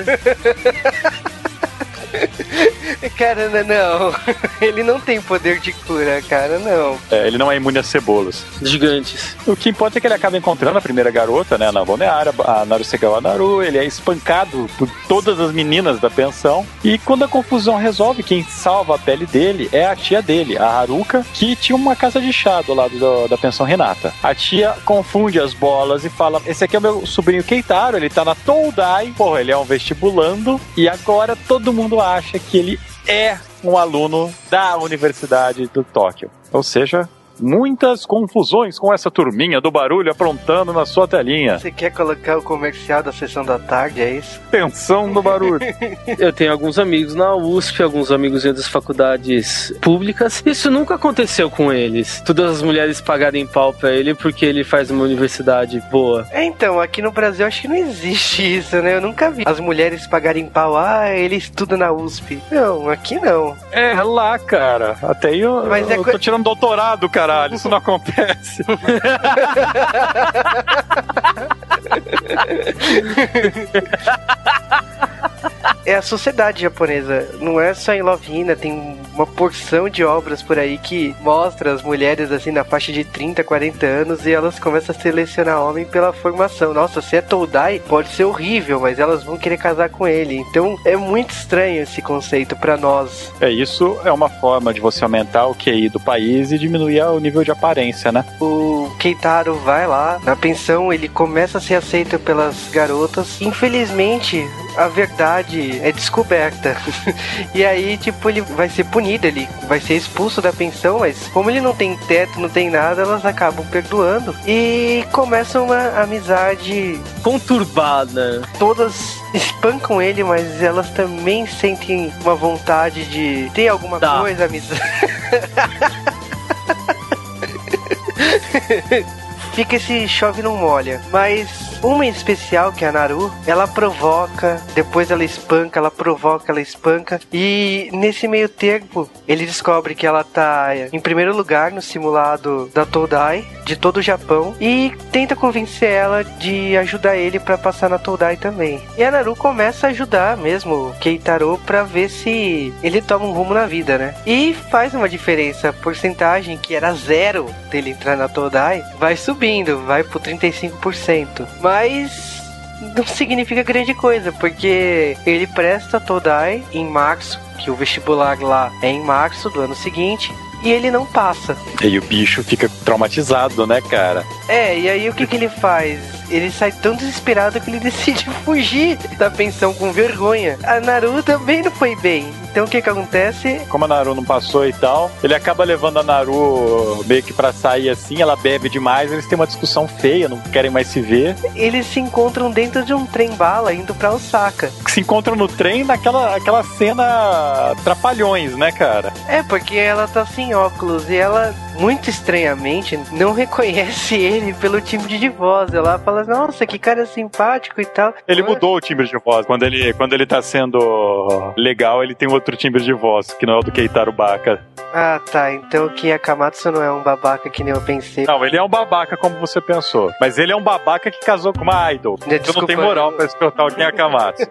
Cara, não, ele não tem poder de cura, cara, não. É, ele não é imune a cebolas gigantes. O que importa é que ele acaba encontrando a primeira garota, né, na balneária, a Narusegawa Naru. Ele é espancado por todas as meninas da pensão. E quando a confusão resolve, quem salva a pele dele é a tia dele, a Haruka, que tinha uma casa de chá do lado do, da pensão Hinata. A tia confunde as bolas e fala, esse aqui é o meu sobrinho Keitaro, ele tá na Todai. Porra, ele é um vestibulando e agora todo mundo acha que ele é um aluno da Universidade do Tóquio. Ou seja, muitas confusões com essa turminha do barulho aprontando na sua telinha. Você quer colocar o comercial da sessão da tarde, é isso? Tensão do barulho. Eu tenho alguns amigos na U S P, alguns amigos das faculdades públicas. Isso nunca aconteceu com eles. Todas as mulheres pagarem pau pra ele porque ele faz uma universidade boa. É, então, aqui no Brasil acho que não existe isso, né? Eu nunca vi as mulheres pagarem pau. Ah, ele estuda na U S P. Não, aqui não. É lá, cara. Até aí eu, Mas eu é tô tirando doutorado, cara. Caralho, isso não acontece. É a sociedade japonesa, não é só em Love Hina, tem uma porção de obras por aí que mostra as mulheres assim na faixa de trinta, quarenta anos e elas começam a selecionar homem pela formação. Nossa, se é Todai, pode ser horrível, mas elas vão querer casar com ele. Então é muito estranho esse conceito pra nós. É, isso é uma forma de você aumentar o Q I do país e diminuir o nível de aparência, né? O Keitaro vai lá, na pensão ele começa a ser aceito pelas garotas. Infelizmente, a verdade é descoberta. E aí, tipo, ele vai ser punido, ele vai ser expulso da pensão, mas como ele não tem teto, não tem nada, elas acabam perdoando. E começa uma amizade conturbada. Todas espancam ele, mas elas também sentem uma vontade de ter alguma tá. coisa, amizade. Fica esse chove não molha. Mas uma em especial, que é a Naru, ela provoca, depois ela espanca, ela provoca, ela espanca. E nesse meio tempo, ele descobre que ela tá em primeiro lugar no simulado da Todai, de todo o Japão, e tenta convencer ela de ajudar ele pra passar na Todai também. E a Naru começa a ajudar mesmo o Keitaro pra ver se ele toma um rumo na vida, né? E faz uma diferença. A porcentagem que era zero dele entrar na Todai vai subindo, vai pro trinta e cinco por cento. Mas não significa grande coisa, porque ele presta Todai em março, que o vestibular lá é em março do ano seguinte, e ele não passa. E o bicho fica traumatizado, né, cara? É, e aí o que que ele faz? Ele sai tão desesperado que ele decide fugir da pensão com vergonha. A Naru também não foi bem. então o que que acontece? Como a Naru não passou e tal, ele acaba levando a Naru meio que pra sair assim, ela bebe demais, eles têm uma discussão feia, não querem mais se ver. Eles se encontram dentro de um trem-bala indo pra Osaka. Se encontram no trem naquela aquela cena trapalhões, né, cara? É, porque ela tá sem óculos e ela, muito estranhamente, não reconhece ele pelo timbre de voz. Ela fala, nossa, que cara simpático e tal. Ele Mas... mudou o timbre de voz. Quando ele, quando ele tá sendo legal, ele tem outro timbre de voz, que não é o do Keitaro Baka. Ah, tá. Então o Kinya Kamatsu não é um babaca que nem eu pensei. Não, ele é um babaca como você pensou. Mas ele é um babaca que casou com uma idol. Né, Então não tem moral pra escutar o Kinya Kamatsu.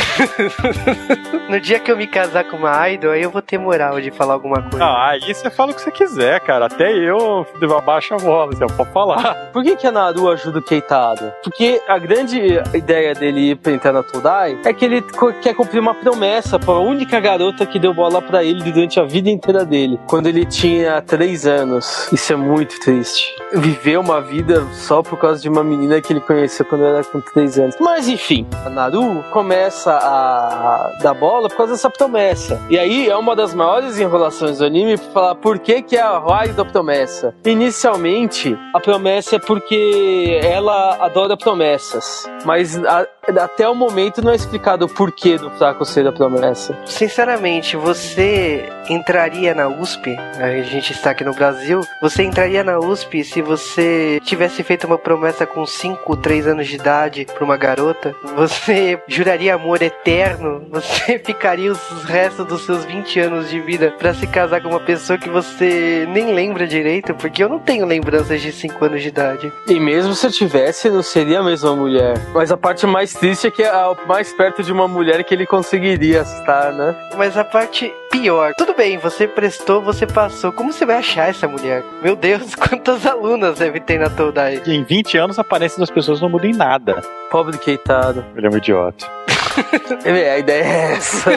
No dia que eu me casar com uma idol, aí eu vou ter moral de falar alguma coisa. Ah, aí você fala o que você quiser, cara. Até eu abaixo a bola, você pode falar. Por que que a Naru ajuda o Keitaro? Porque a grande ideia dele ir pra entrar na Todai é que ele quer cumprir uma promessa para a única garota que deu bola pra ele durante a vida inteira dele, quando ele tinha três anos. Isso é muito triste. Viver uma vida só por causa de uma menina que ele conheceu quando era com três anos. Mas enfim, a Naru começa a dar bola por causa dessa promessa. E aí é uma das maiores enrolações do anime pra falar por que que é a raio da promessa. Inicialmente, a promessa é porque ela adora promessas. Mas a, até o momento não é explicado o porquê do fraco ser a promessa. Sinceramente, você entraria na U S P? A gente está aqui no Brasil. Você entraria na U S P se você tivesse feito uma promessa com cinco, três anos de idade pra uma garota? Você juraria amor eterno? Você ficaria os restos dos seus vinte anos de vida pra se casar com uma pessoa que você nem lembra direito? Porque eu não tenho lembranças de cinco anos de idade. E mesmo se eu tivesse, não seria a mesma mulher. Mas a parte mais triste é que é mais perto de uma mulher que ele conseguiria estar, né? Mas a parte pior, tudo bem, você prestou, você passou. Como você vai achar essa mulher? Meu Deus, quantas alunas deve ter na Todai? Em vinte anos a aparência das pessoas não muda em nada. Pobre Keitaro. Ele é um idiota. A ideia é essa.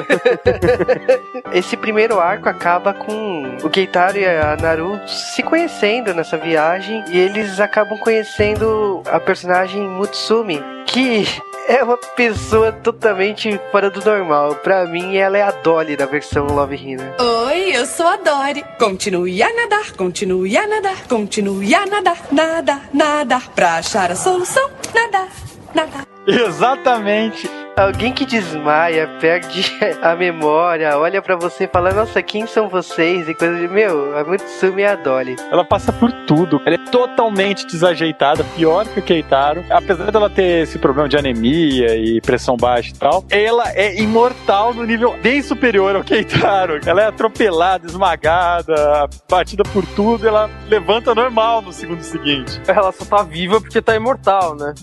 Esse primeiro arco acaba com o Keitaro e a Naru se conhecendo nessa viagem, e eles acabam conhecendo a personagem Mutsumi, que é uma pessoa totalmente fora do normal. Pra mim, ela é a Dolly da versão Love Hina. Oi, eu sou a Dory. Continue a nadar, continue a nadar, continue a nadar, nadar, nadar. Pra achar a solução, nadar, nadar. Exatamente. Alguém que desmaia, perde a memória, olha pra você e fala, nossa, quem são vocês? E coisa de, meu, a Mutsumi é a Dolly. Ela passa por tudo. Ela é totalmente desajeitada, pior que o Keitaro. Apesar dela ter esse problema de anemia e pressão baixa e tal, ela é imortal no nível bem superior ao Keitaro. Ela é atropelada, esmagada, batida por tudo, ela levanta normal no segundo seguinte. Ela só tá viva porque tá imortal, né?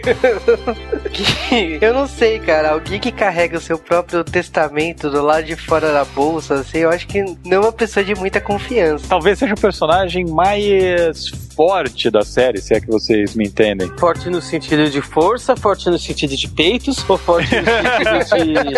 Eu não sei, cara, alguém que carrega o seu próprio testamento do lado de fora da bolsa, assim, eu acho que não é uma pessoa de muita confiança. Talvez seja o personagem mais forte da série, se é que vocês me entendem. Forte no sentido de força, forte no sentido de peitos, ou forte no sentido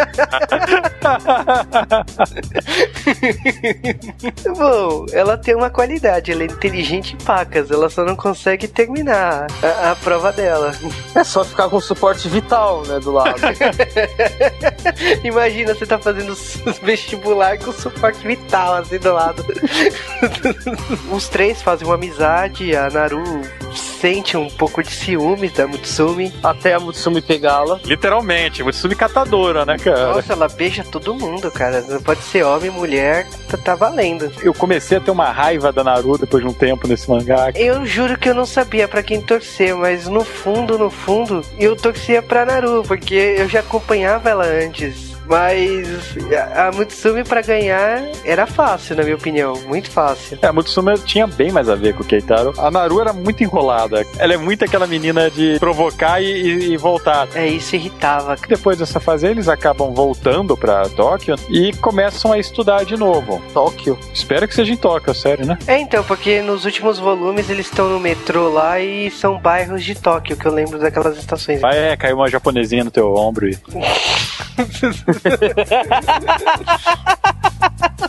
de... Bom, ela tem uma qualidade, ela é inteligente em pacas, ela só não consegue terminar a, a prova dela. É só ficar com suporte vital, né, do lado. Imagina, você tá fazendo vestibular com suporte vital, assim, do lado. Os três fazem uma amizade, a Naru sente um pouco de ciúmes da Mutsumi. Até a Mutsumi pegá-la. Literalmente, Mutsumi catadora, né, cara? Nossa, ela beija todo mundo, cara. Não pode ser homem, mulher, tá, tá valendo. Eu comecei a ter uma raiva da Naru depois de um tempo nesse mangá. Eu juro que eu não sabia pra quem torcer, mas no fundo, no fundo, eu torcia pra Naru, porque eu já acompanhava ela antes. Mas a Mutsumi pra ganhar era fácil, na minha opinião. Muito fácil. É, a Mutsumi tinha bem mais a ver com o Keitaro. A Naru era muito enrolada. Ela é muito aquela menina de provocar e, e voltar. É, isso irritava. Depois dessa fase, eles acabam voltando pra Tóquio e começam a estudar de novo. Tóquio? Espero que seja em Tóquio, sério, né? É, então, porque nos últimos volumes eles estão no metrô lá e são bairros de Tóquio, que eu lembro daquelas estações. Ah, é, caiu uma japonesinha no teu ombro e...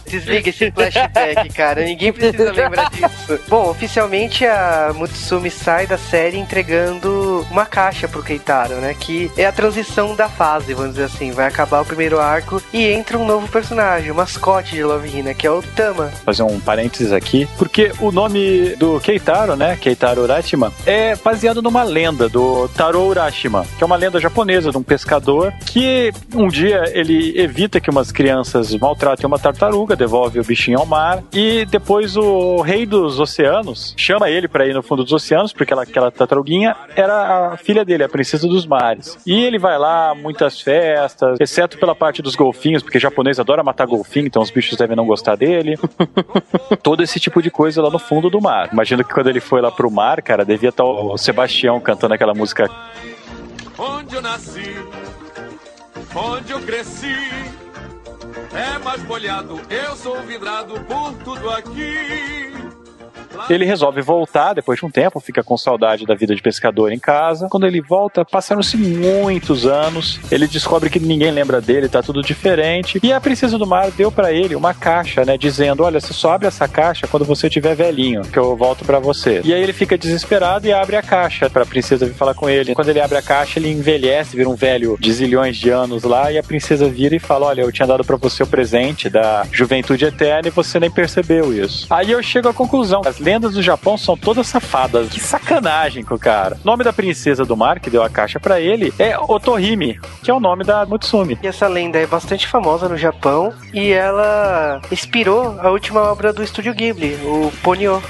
Desliga esse flashback, cara. Ninguém precisa lembrar disso. Bom, oficialmente a Mutsumi sai da série entregando uma caixa pro Keitaro, né? Que é a transição da fase, vamos dizer assim. Vai acabar o primeiro arco e entra um novo personagem, o mascote de Love Hina, que é o Tama. Vou fazer um parênteses aqui, porque o nome do Keitaro, né? Keitaro Urashima, é baseado numa lenda do Taro Urashima, que é uma lenda japonesa de um pescador que um dia ele evita que umas crianças maltratem uma tartaruga, devolve o bichinho ao mar e depois o rei dos oceanos chama ele pra ir no fundo dos oceanos, porque aquela, aquela tartaruguinha era a filha dele, a princesa dos mares. E ele vai lá, muitas festas, exceto pela parte dos golfinhos, porque japonês adora matar golfinho, então os bichos devem não gostar dele. Todo esse tipo de coisa lá no fundo do mar. Imagino que quando ele foi lá pro mar, cara, devia estar o Sebastião cantando aquela música. Onde eu nasci, onde eu cresci, é mais molhado, eu sou vidrado por tudo aqui. Ele resolve voltar depois de um tempo, fica com saudade da vida de pescador em casa. Quando ele volta, passaram-se muitos anos. Ele descobre que ninguém lembra dele, tá tudo diferente. E a Princesa do Mar deu pra ele uma caixa, né, dizendo: olha, você só abre essa caixa quando você estiver velhinho, que eu volto pra você. E aí ele fica desesperado e abre a caixa pra princesa vir falar com ele. Quando ele abre a caixa, ele envelhece, vira um velho de zilhões de anos lá, e a princesa vira e fala: olha, eu tinha dado pra você o presente da juventude eterna e você nem percebeu isso. Aí eu chego à conclusão: as lendas do Japão são todas safadas. Que sacanagem com o cara. O nome da princesa do mar, que deu a caixa pra ele, é Otohime, que é o nome da Mutsumi. E essa lenda é bastante famosa no Japão e ela inspirou a última obra do Estúdio Ghibli, o Ponyo.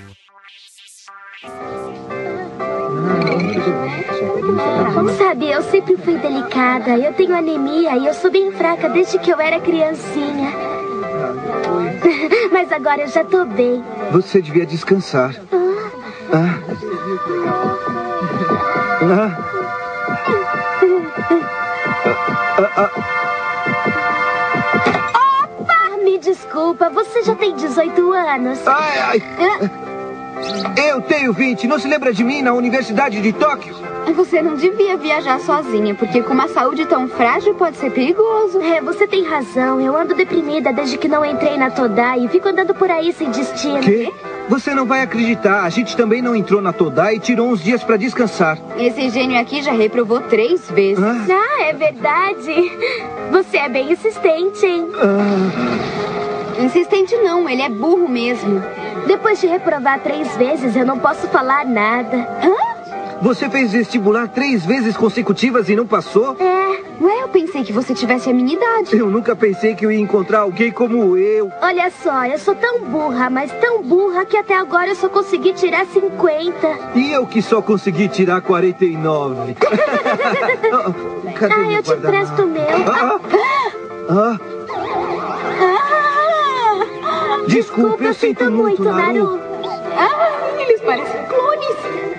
Sabe, eu sempre fui delicada. Eu tenho anemia e eu sou bem fraca desde que eu era criancinha. Mas agora eu já tô bem. Você devia descansar. Ah. Ah. Ah. Ah. Opa! Me desculpa, você já tem dezoito anos. Ai, ai. Ah. Eu tenho vinte. Não se lembra de mim na Universidade de Tóquio? Você não devia viajar sozinha, porque com uma saúde tão frágil pode ser perigoso. É, você tem razão. Eu ando deprimida desde que não entrei na Todai e fico andando por aí sem destino. Quê? Você não vai acreditar. A gente também não entrou na Todai e tirou uns dias pra descansar. Esse gênio aqui já reprovou três vezes. Ah, ah é verdade. Você é bem insistente, hein? Ah. Insistente não, ele é burro mesmo. Depois de reprovar três vezes, eu não posso falar nada. Hã? Você fez vestibular três vezes consecutivas e não passou? É. Ué, eu pensei que você tivesse a minha idade. Eu nunca pensei que eu ia encontrar alguém como eu. Olha só, eu sou tão burra, mas tão burra que até agora eu só consegui tirar cinquenta. E eu que só consegui tirar quarenta e nove. ah, cadê ah, eu te empresto o meu. Ah, ah. Ah. Desculpe, Desculpa, eu sinto muito, Naru. Naru. Ah, eles parecem clones.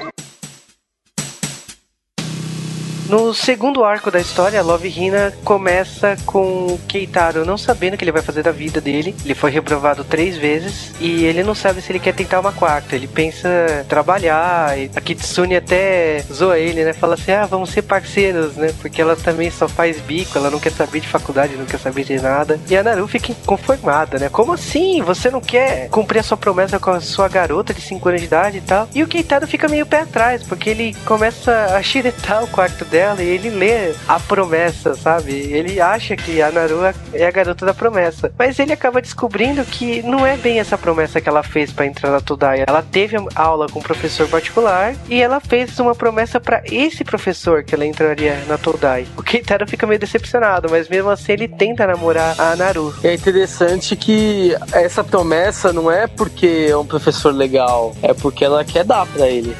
No segundo arco da história, Love Hina começa com Keitaro não sabendo o que ele vai fazer da vida dele. Ele foi reprovado três vezes e ele não sabe se ele quer tentar uma quarta. Ele pensa trabalhar. E a Kitsune até zoa ele, né? Fala assim, ah, vamos ser parceiros, né? Porque ela também só faz bico, ela não quer saber de faculdade, não quer saber de nada. E a Naru fica inconformada, né? Como assim? Você não quer cumprir a sua promessa com a sua garota de cinco anos de idade e tal? E o Keitaro fica meio pé atrás, porque ele começa a xiretar o quarto dela e ele lê a promessa, sabe? Ele acha que a Naru é a garota da promessa, mas ele acaba descobrindo que não é bem essa promessa que ela fez pra entrar na Todai. Ela teve aula com um professor particular e ela fez uma promessa pra esse professor que ela entraria na Todai. O Keitaro fica meio decepcionado, mas mesmo assim ele tenta namorar a Naru. É interessante que essa promessa não é porque é um professor legal, é porque ela quer dar pra ele.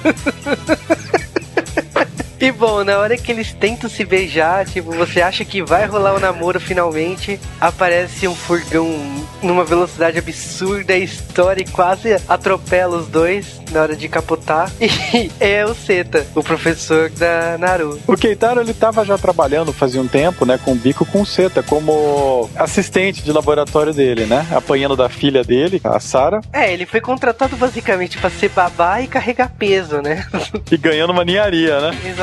E bom, na hora que eles tentam se beijar, tipo, você acha que vai rolar o namoro finalmente, aparece um furgão numa velocidade absurda, estoura e quase atropela os dois na hora de capotar. E é o Seta, o professor da Naru. O Keitaro, ele tava já trabalhando fazia um tempo, né, com o Biko com o Seta, como assistente de laboratório dele, né, apanhando da filha dele, a Sarah. É, ele foi contratado basicamente pra ser babá e carregar peso, né? E ganhando uma ninharia, né? Exatamente.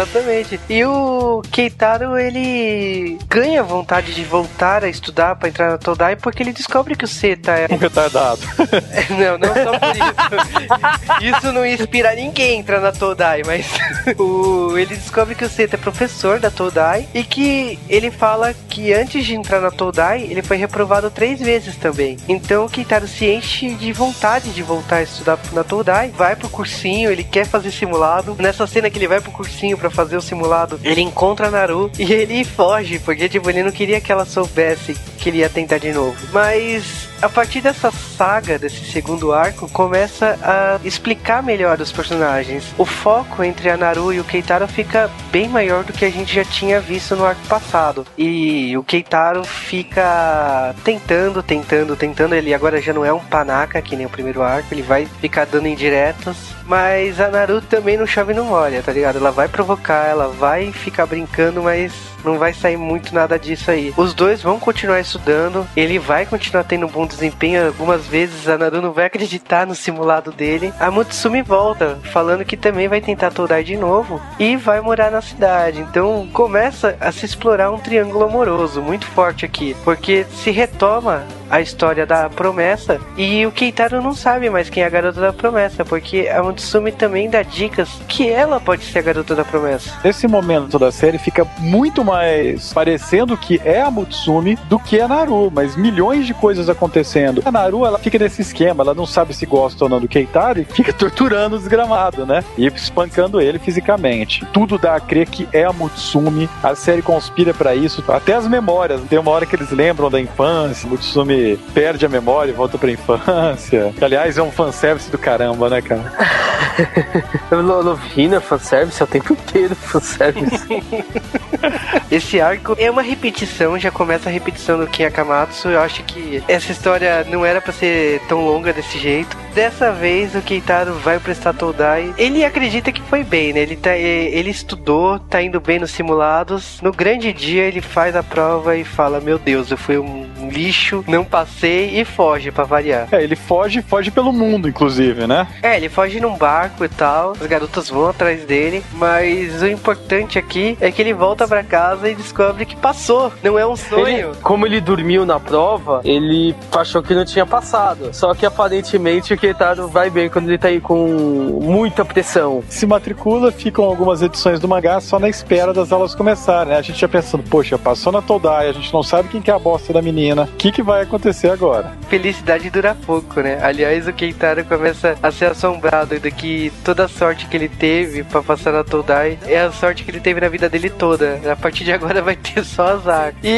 exatamente. E o Keitaro, ele ganha vontade de voltar a estudar pra entrar na Todai porque ele descobre que o Seta é um retardado. Não, não só por isso. Isso não inspira ninguém a entrar na Todai, mas o... ele descobre que o Seta é professor da Todai e que ele fala que antes de entrar na Todai, ele foi reprovado três vezes também. Então o Keitaro se enche de vontade de voltar a estudar na Todai, vai pro cursinho, ele quer fazer simulado. Nessa cena que ele vai pro cursinho pra fazer o simulado, ele encontra a Naru e ele foge, porque tipo, ele não queria que ela soubesse que ele ia tentar de novo. Mas a partir dessa saga, desse segundo arco, começa a explicar melhor os personagens. O foco entre a Naru e o Keitaro fica bem maior do que a gente já tinha visto no arco passado. E o Keitaro fica tentando, tentando, tentando. Ele agora já não é um panaca, que nem o primeiro arco. Ele vai ficar dando indiretas. Mas a Naru também não chove e não molha, tá ligado? Ela vai provocar, ela vai ficar brincando, mas não vai sair muito nada disso aí. Os dois vão continuar estudando, ele vai continuar tendo um bom desempenho. Algumas vezes a Naru não vai acreditar no simulado dele. A Mutsumi volta, falando que também vai tentar Todai de novo e vai morar na cidade. Então começa a se explorar um triângulo amoroso muito forte aqui, porque se retoma a história da promessa e o Keitaro não sabe mais quem é a garota da promessa, porque a Mutsumi também dá dicas que ela pode ser a garota da promessa. Nesse momento da série fica muito mais parecendo que é a Mutsumi do que a Naru, mas milhões de coisas acontecendo. A Naru, ela fica nesse esquema, ela não sabe se gosta ou não do Keitaro e fica torturando o desgramado, né? E espancando ele fisicamente. Tudo dá a crer que é a Mutsumi, a série conspira pra isso, até as memórias. Tem uma hora que eles lembram da infância, Mutsumi perde a memória e volta pra infância. Que, aliás, é um fanservice do caramba, né, cara? Lovina, fanservice é o tempo inteiro fanservice. Esse arco é uma repetição, já começa a repetição do Ken Akamatsu. Eu acho que essa história não era pra ser tão longa desse jeito. Dessa vez o Keitaro vai prestar Todai. Ele acredita que foi bem, né? Ele, tá, ele estudou, tá indo bem nos simulados. No grande dia ele faz a prova e fala: meu Deus, eu fui um lixo, não passei, e foge pra variar. É, ele foge, foge pelo mundo, inclusive, né? É, ele foge num barco e tal, as garotas vão atrás dele, mas o importante aqui é que ele volta pra casa e descobre que passou, não é um sonho. Ele, como ele dormiu na prova, ele achou que não tinha passado, só que aparentemente o Keitaro vai bem quando ele tá aí com muita pressão. Se matricula, ficam algumas edições do mangá só na espera das aulas começarem, né? A gente já pensando, poxa, passou na Todai, a gente não sabe quem que é a bosta da menina, o que que vai acontecer agora? Felicidade dura pouco, né? Aliás, o Keitaro começa a ser assombrado de que toda a sorte que ele teve pra passar na Todai é a sorte que ele teve na vida dele toda. A partir de agora vai ter só azar. E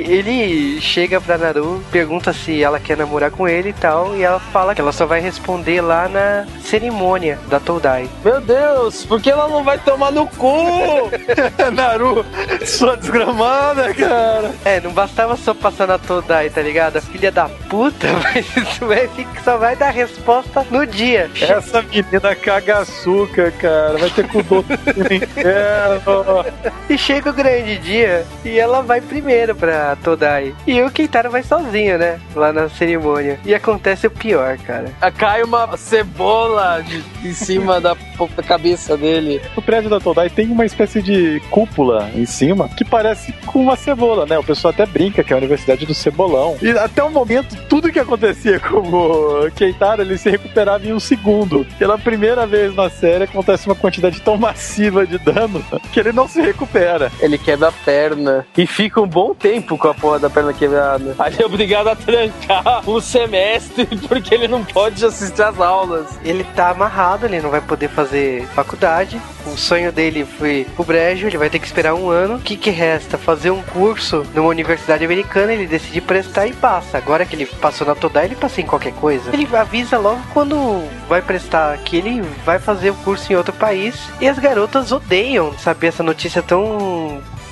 ele chega pra Naru, pergunta se ela quer namorar com ele e tal, e ela fala que ela só vai responder lá na cerimônia da Todai. Meu Deus, por que ela não vai tomar no cu? Naru, sua desgramada, cara. É, não bastava só passar na Todai, tá ligado? A filha da puta, mas isso vai, só vai dar resposta no dia. Essa menina caga açúcar, cara. Vai ter cuidado no inferno. E chega o grande dia e ela vai primeiro pra Todai. E o Keitaro vai sozinho, né? Lá na cerimônia. E acontece o pior, cara. Cai uma cebola de, em cima da, da cabeça dele. O prédio da Todai tem uma espécie de cúpula em cima que parece com uma cebola, né? O pessoal até brinca que é a Universidade do Cebolão. E até o momento, tudo que acontecia com o Keitaro, ele se recuperava em um segundo. Pela primeira vez na série, acontece uma quantidade tão massiva de dano que ele não se recupera. Ele quebra a perna e fica um bom tempo com a porra da perna quebrada. Aí é obrigado a trancar um semestre porque ele não pode assistir às aulas. Ele tá amarrado, ele não vai poder fazer faculdade. O sonho dele foi pro brejo, ele vai ter que esperar um ano. O que que resta? Fazer um curso numa universidade americana, ele decide prestar e passa. Agora que ele passou na Todai, ele passa em qualquer coisa. Ele avisa logo quando vai prestar que ele vai fazer o curso em outro país. E as garotas odeiam saber essa notícia tão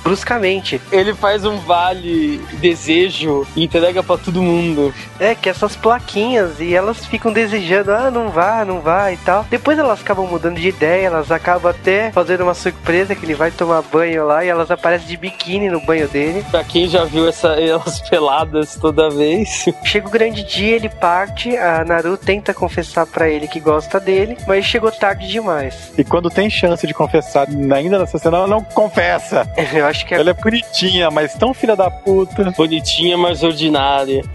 bruscamente. Ele faz um vale desejo e entrega pra todo mundo. É, que essas plaquinhas, e elas ficam desejando, ah, não vá, não vá e tal. Depois elas acabam mudando de ideia, elas acabam até fazendo uma surpresa que ele vai tomar banho lá e elas aparecem de biquíni no banho dele. Pra quem já viu essa, elas peladas toda vez. Chega o grande dia, ele parte, a Naru tenta confessar pra ele que gosta dele, mas chegou tarde demais. E quando tem chance de confessar ainda nessa cena, ela não confessa. Eu acho que é... Ela é bonitinha, mas tão filha da puta. Bonitinha, mas ordinária.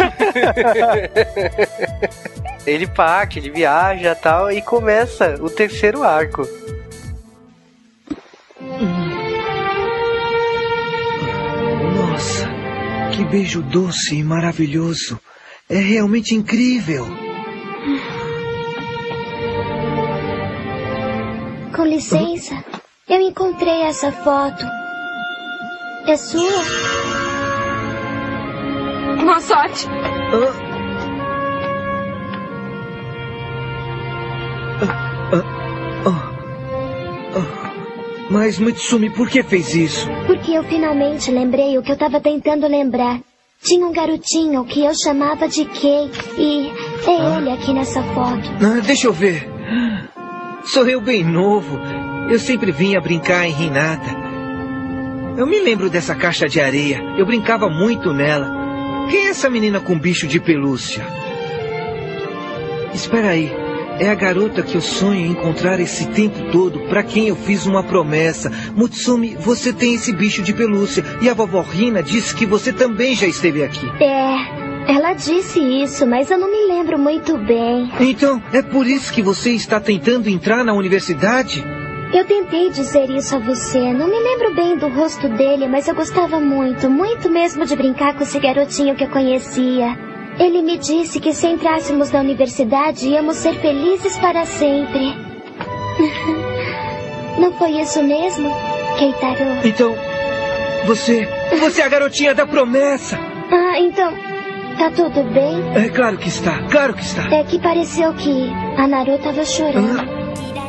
Ele parte, ele viaja e tal, e começa o terceiro arco. Nossa, que beijo doce e maravilhoso. É realmente incrível. Com licença, eu encontrei essa foto. É sua? Boa sorte. Ah. Ah, ah, ah. Mas, Mitsumi, por que fez isso? Porque eu finalmente lembrei o que eu estava tentando lembrar. Tinha um garotinho que eu chamava de Kei, e é ah. ele aqui nessa foto. Ah, deixa eu ver. Sou eu bem novo. Eu sempre vinha brincar em Hinata. Eu me lembro dessa caixa de areia. Eu brincava muito nela. Quem é essa menina com bicho de pelúcia? Espera aí. É a garota que eu sonho encontrar esse tempo todo, pra quem eu fiz uma promessa. Mutsumi, você tem esse bicho de pelúcia. E a vovó Rina disse que você também já esteve aqui. É, ela disse isso, mas eu não me lembro muito bem. Então, é por isso que você está tentando entrar na universidade? Eu tentei dizer isso a você. Não me lembro bem do rosto dele, mas eu gostava muito, muito mesmo de brincar com esse garotinho que eu conhecia. Ele me disse que se entrássemos na universidade, íamos ser felizes para sempre. Não foi isso mesmo, Keitaro? Então, você... Você é a garotinha da promessa! Ah, então... Tá tudo bem? É claro que está, claro que está. É que pareceu que a Naru estava chorando. Ah.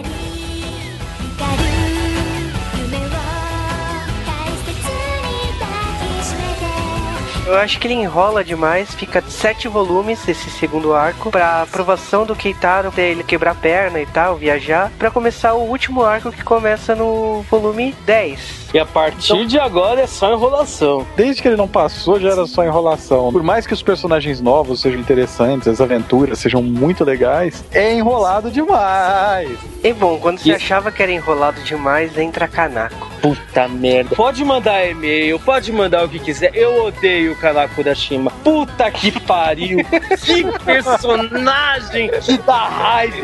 Eu acho que ele enrola demais, fica sete volumes esse segundo arco, pra aprovação do Keitaro, pra ele quebrar a perna e tal, viajar, pra começar o último arco que começa no volume dez. E a partir então, de agora é só enrolação. Desde que ele não passou, já era só enrolação. Por mais que os personagens novos sejam interessantes, as aventuras sejam muito legais, é enrolado demais. E bom, quando você e... achava que era enrolado demais, entra Kanako. Puta merda. Pode mandar e-mail, pode mandar o que quiser. Eu odeio o Kanako Urashima. Puta que pariu. Que personagem que dá raiva.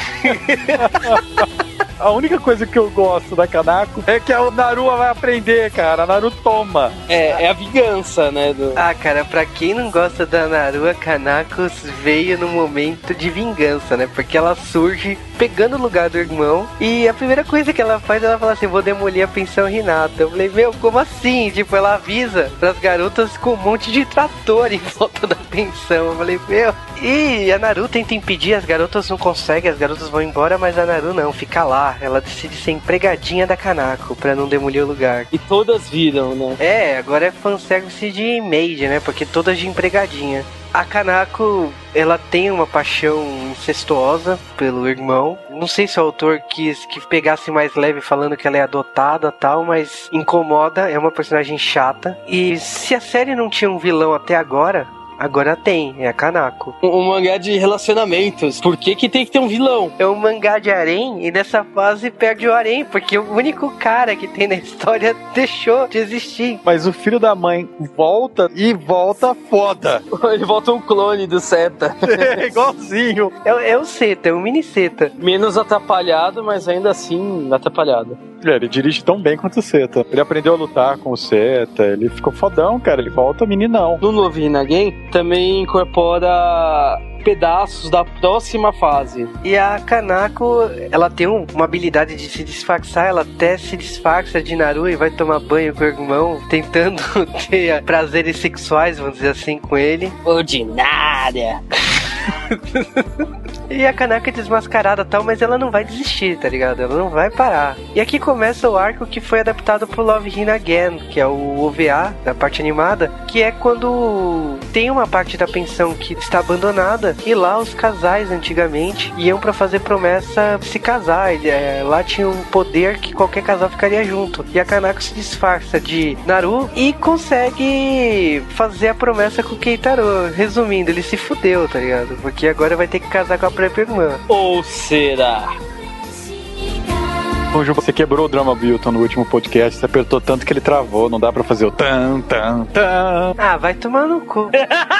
A única coisa que eu gosto da Kanako é que a Naru vai aprender, cara. A Naru toma. É, é a vingança, né? Do... Ah, cara, pra quem não gosta da Naru, a Kanako veio no momento de vingança, né? Porque ela surge pegando o lugar do irmão e a primeira coisa que ela faz, ela fala assim, vou demolir a pensão Hinata. Eu falei, meu, como assim? Tipo, ela avisa pras garotas com um monte de trator em volta da pensão. Eu falei, meu... E a Naru tenta impedir, as garotas não conseguem, as garotas vão embora, mas a Naru não, fica lá. Ela decide ser empregadinha da Kanako pra não demolir o lugar. E todas viram, né? É, agora é fanservice de maid, né? Porque todas de empregadinha. A Kanako, ela tem uma paixão incestuosa pelo irmão. Não sei se o autor quis que pegasse mais leve falando que ela é adotada e tal, mas incomoda, é uma personagem chata. E se a série não tinha um vilão até agora... Agora tem, é a Kanako. Um, um mangá de relacionamentos. Por que que tem que ter um vilão? É um mangá de harém e nessa fase perde o harém, porque o único cara que tem na história deixou de existir. Mas o filho da mãe volta e volta foda. Ele volta um clone do Seta. É, igualzinho. É, é o Seta, é o mini Seta. Menos atrapalhado, mas ainda assim atrapalhado. É, ele dirige tão bem quanto o Seta. Ele aprendeu a lutar com o Seta, ele ficou fodão, cara. Ele volta meninão. No novo Hinagame também incorpora pedaços da próxima fase. E a Kanako, ela tem um, uma habilidade de se disfarçar, ela até se disfarça de Naru e vai tomar banho com o irmão, tentando ter prazeres sexuais, vamos dizer assim, com ele. Ordinária! E a Kanako é desmascarada e tal, mas ela não vai desistir, tá ligado? Ela não vai parar. E aqui começa o arco que foi adaptado pro Love Hina Again, que é o O V A da parte animada, que é quando tem uma parte da pensão que está abandonada e lá os casais antigamente iam pra fazer promessa de se casar. É, lá tinha um poder que qualquer casal ficaria junto. E a Kanako se disfarça de Naru e consegue fazer a promessa com o Keitaro. Resumindo, ele se fudeu, tá ligado? Porque agora vai ter que casar com a própria irmã. Ou será? Bom, Ju, você quebrou o Drama Bilton no último podcast, você apertou tanto que ele travou, não dá pra fazer o tan, tan, tan. Ah, vai tomar no cu.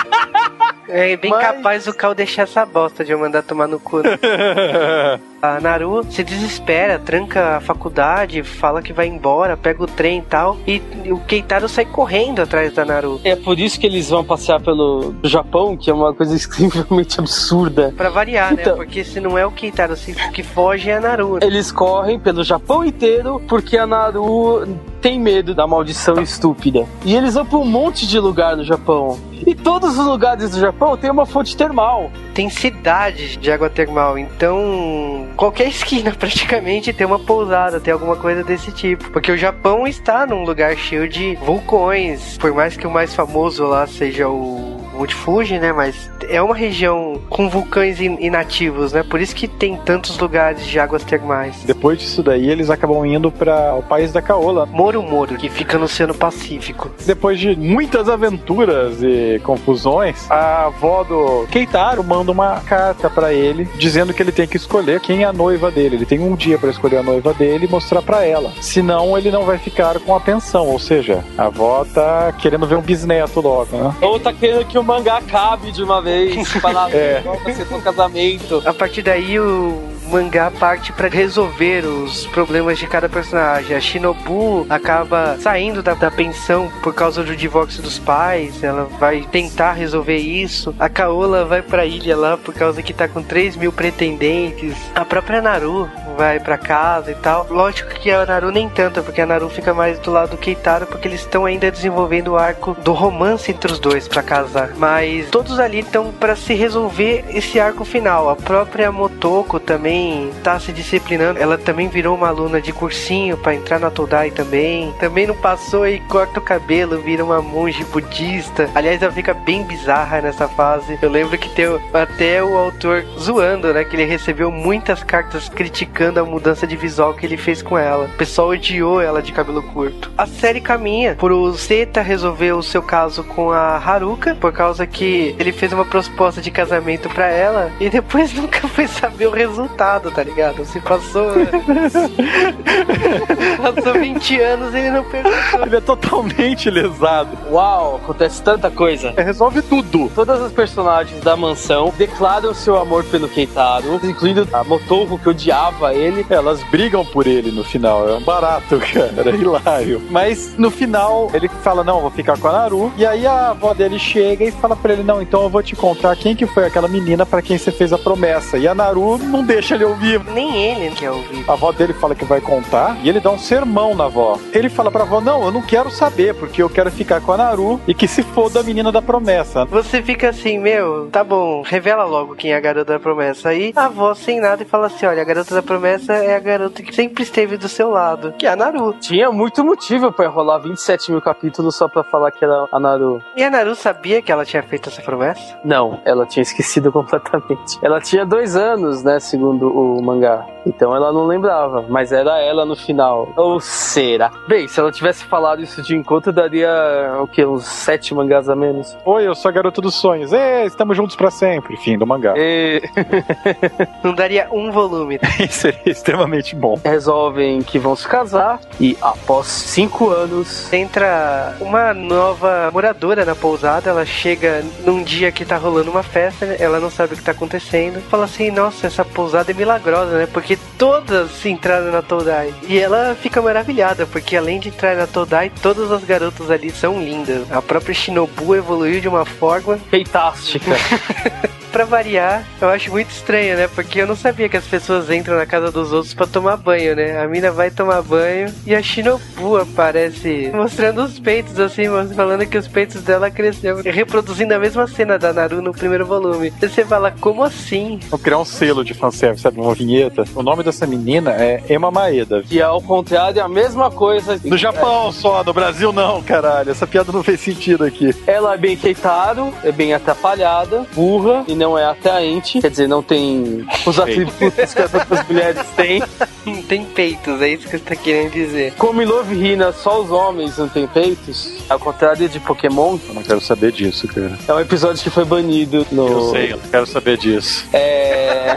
É bem Mas... capaz o Cal deixar essa bosta de eu mandar tomar no cu. Né? A Naru se desespera, tranca a faculdade, fala que vai embora, pega o trem e tal, e o Keitaro sai correndo atrás da Naru. É por isso que eles vão passear pelo Japão, que é uma coisa extremamente absurda. Pra variar, então, né? Porque se não é o Keitaro que foge, é a Naru. Eles correm pelo Japão inteiro porque a Naru tem medo da maldição estúpida. E eles vão pra um monte de lugar no Japão. E todos os lugares do Japão tem uma fonte termal. Tem cidades de água termal, então qualquer esquina praticamente tem uma pousada, tem alguma coisa desse tipo. Porque o Japão está num lugar cheio de vulcões, por mais que o mais famoso lá seja o Monte Fuji, né? Mas é uma região com vulcões in- inativos, né? Por isso que tem tantos lugares de águas termais. Depois disso daí, eles acabam indo para o país da Kaola. Moro Moro, que fica no Oceano Pacífico. Depois de muitas aventuras e confusões, a avó do Keitaro manda uma carta pra ele, dizendo que ele tem que escolher quem é a noiva dele. Ele tem um dia pra escolher a noiva dele e mostrar pra ela. Senão, ele não vai ficar com a pensão. Ou seja, a avó tá querendo ver um bisneto logo, né? Ou tá querendo que o mangá acabe de uma vez, para é. ser um casamento. A partir daí, o mangá parte pra resolver os problemas de cada personagem. A Shinobu acaba saindo da, da pensão por causa do divórcio dos pais. Ela vai tentar resolver isso. A Kaola vai pra ilha lá por causa que tá com três mil pretendentes. A própria Naru vai pra casa e tal. Lógico que a Naru nem tanto, porque a Naru fica mais do lado do Keitaro, porque eles estão ainda desenvolvendo o arco do romance entre os dois pra casar. Mas todos ali estão pra se resolver esse arco final. A própria Motoko também tá se disciplinando. Ela também virou uma aluna de cursinho pra entrar na Todai também. Também não passou e corta o cabelo, vira uma monge budista. Aliás, ela fica bem bizarra nessa fase. Eu lembro que tem até o autor zoando, né? Que ele recebeu muitas cartas criticando a mudança de visual que ele fez com ela. O pessoal odiou ela de cabelo curto. A série caminha por o Zeta resolver o seu caso com a Haruka, por causa que ele fez uma proposta de casamento pra ela e depois nunca foi saber o resultado, tá ligado? Se passou passou vinte anos e ele não perguntou. Ele é totalmente lesado. Uau, acontece tanta coisa. Resolve tudo. Todas as personagens da mansão declaram seu amor pelo Keitaro, incluindo a Motoko, que odiava ele. Elas brigam por ele no final. É um barato, cara. É hilário. Mas no final, ele fala, não, vou ficar com a Naru. E aí a avó dele chega e fala pra ele, não, então eu vou te contar quem que foi aquela menina pra quem você fez a promessa. E a Naru não deixa ele ouvir. Nem ele quer ouvir. A avó dele fala que vai contar e ele dá um sermão na avó. Ele fala pra avó, não, eu não quero saber, porque eu quero ficar com a Naru e que se foda a menina da promessa. Você fica assim, meu, tá bom, revela logo quem é a garota da promessa. Aí a avó sem nada e fala assim, olha, a garota da promessa é a garota que sempre esteve do seu lado, que é a Naru. Tinha muito motivo pra enrolar vinte e sete mil capítulos só pra falar que era a Naru. E a Naru sabia que ela tinha feito essa promessa? Não, ela tinha esquecido completamente. Ela tinha dois anos, né, segundo o mangá. Então ela não lembrava, mas era ela no final. Ou será? Bem, se ela tivesse falado isso de encontro, daria o quê? Uns sete mangás a menos. Oi, eu sou a garota dos sonhos. Ei, estamos juntos pra sempre. Fim do mangá. E... não daria um volume. Isso seria extremamente bom. Resolvem que vão se casar e após cinco anos... entra uma nova moradora na pousada. Ela chega num dia que tá rolando uma festa, né? Ela não sabe o que tá acontecendo. Fala assim, nossa, essa pousada é milagrosa, né? Porque todas entraram na Todai. E ela fica maravilhada, porque além de entrar na Todai, todas as garotas ali são lindas. A própria Shinobu evoluiu de uma forma fantástica. pra variar, eu acho muito estranho, né? Porque eu não sabia que as pessoas entram na casa dos outros pra tomar banho, né? A mina vai tomar banho e a Shinobu aparece mostrando os peitos, assim, mas falando que os peitos dela cresceram, reproduzindo a mesma cena da Naru no primeiro volume. E você fala, como assim? Vou criar um selo de fanservice, sabe? Uma vinheta. O nome dessa menina é Ema Maeda. E ao contrário, é a mesma coisa. No Japão é. Só, no Brasil não, caralho. Essa piada não fez sentido aqui. Ela é bem Keitaro, é bem atrapalhada, burra e não é atraente. Quer dizer, não tem os atributos que as outras mulheres têm. Não tem peitos, é isso que você tá querendo dizer. Como em Love Hina, só os homens não têm peitos, ao contrário de Pokémon. Eu não quero saber disso, cara. É um episódio que foi banido no... Eu sei, eu não quero saber disso. É...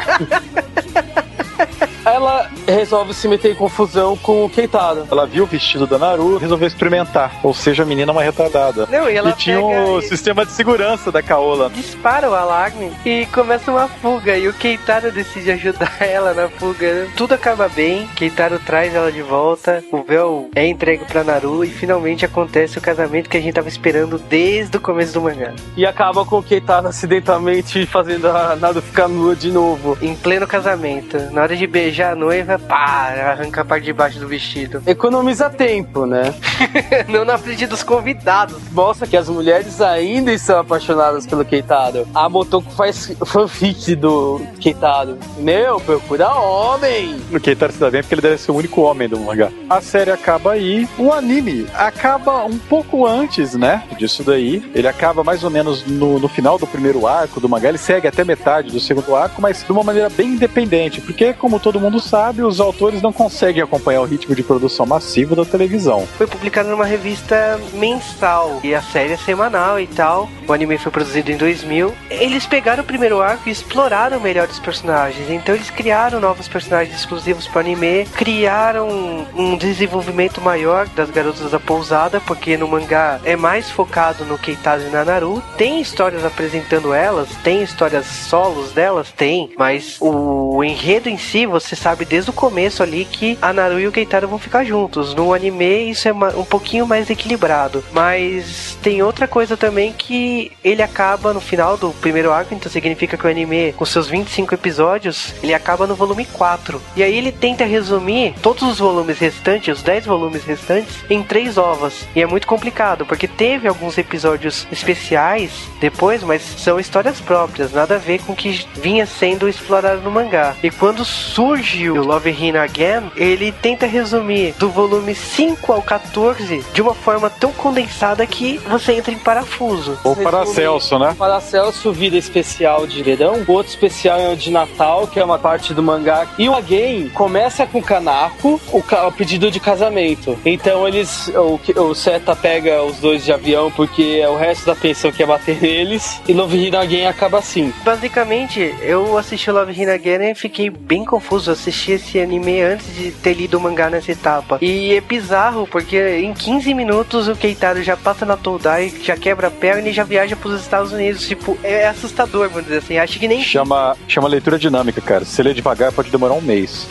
Ela resolve se meter em confusão com o Keitaro. Ela viu o vestido da Naru e resolveu experimentar. Ou seja, a menina é uma retardada. Não, e ela e tinha o e... sistema de segurança da Kaola. Dispara o alarme e começa uma fuga. E o Keitaro decide ajudar ela na fuga. Tudo acaba bem. Keitaro traz ela de volta. O véu é entregue pra Naru. E finalmente acontece o casamento que a gente tava esperando desde o começo do mangá. E acaba com o Keitaro acidentalmente fazendo a Naru ficar nua de novo. Em pleno casamento. Na hora de beijar a noiva, pá, arranca a parte de baixo do vestido. Economiza tempo, né? Não na frente dos convidados. Mostra que as mulheres ainda estão apaixonadas pelo Keitaro. A Motoko faz fanfic do Keitaro. Meu, procura homem! O Keitaro se dá bem porque ele deve ser o único homem do mangá. A série acaba aí. O anime acaba um pouco antes, né? Disso daí. Ele acaba mais ou menos no, no final do primeiro arco do mangá. Ele segue até metade do segundo arco, mas de uma maneira bem independente. Porque, como todo mundo sabe, os autores não conseguem acompanhar o ritmo de produção massivo da televisão. Foi publicado numa revista mensal e a série é semanal e tal. O anime foi produzido em dois mil. Eles pegaram o primeiro arco e exploraram melhor os personagens. Então eles criaram novos personagens exclusivos para o anime, criaram um desenvolvimento maior das garotas da pousada, porque no mangá é mais focado no Keitaro e na Naru. Tem histórias apresentando elas, tem histórias solos delas, tem, mas o enredo em si, você sabe desde o começo ali que a Naru e o Keitaro vão ficar juntos. No anime isso é um pouquinho mais equilibrado, mas tem outra coisa também, que ele acaba no final do primeiro arco, então significa que o anime, com seus vinte e cinco episódios, ele acaba no volume quatro, e aí ele tenta resumir todos os volumes restantes, os dez volumes restantes, em três ovas, e é muito complicado, porque teve alguns episódios especiais depois, mas são histórias próprias, nada a ver com o que vinha sendo explorado no mangá. E quando surge o Love Hina Again, ele tenta resumir do volume cinco ao quatorze de uma forma tão condensada que você entra em parafuso. Ou Paracelso, né? Paracelso vira especial de verão, o outro especial é o de Natal, que é uma parte do mangá. E o Again começa com o Kanako, o, ca- o pedido de casamento. Então eles, o, o Seta pega os dois de avião porque o resto da pensão quer bater neles, e Love Hina Again acaba assim. Basicamente, eu assisti o Love Hina Again e fiquei bem confuso. Eu assisti esse anime antes de ter lido o mangá nessa etapa. E é bizarro, porque em quinze minutos o Keitaro já passa na Todai, já quebra a perna e já viaja pros Estados Unidos. Tipo, é assustador, vamos dizer assim. Acho que nem... Chama, chama leitura dinâmica, cara. Se ler devagar pode demorar um mês.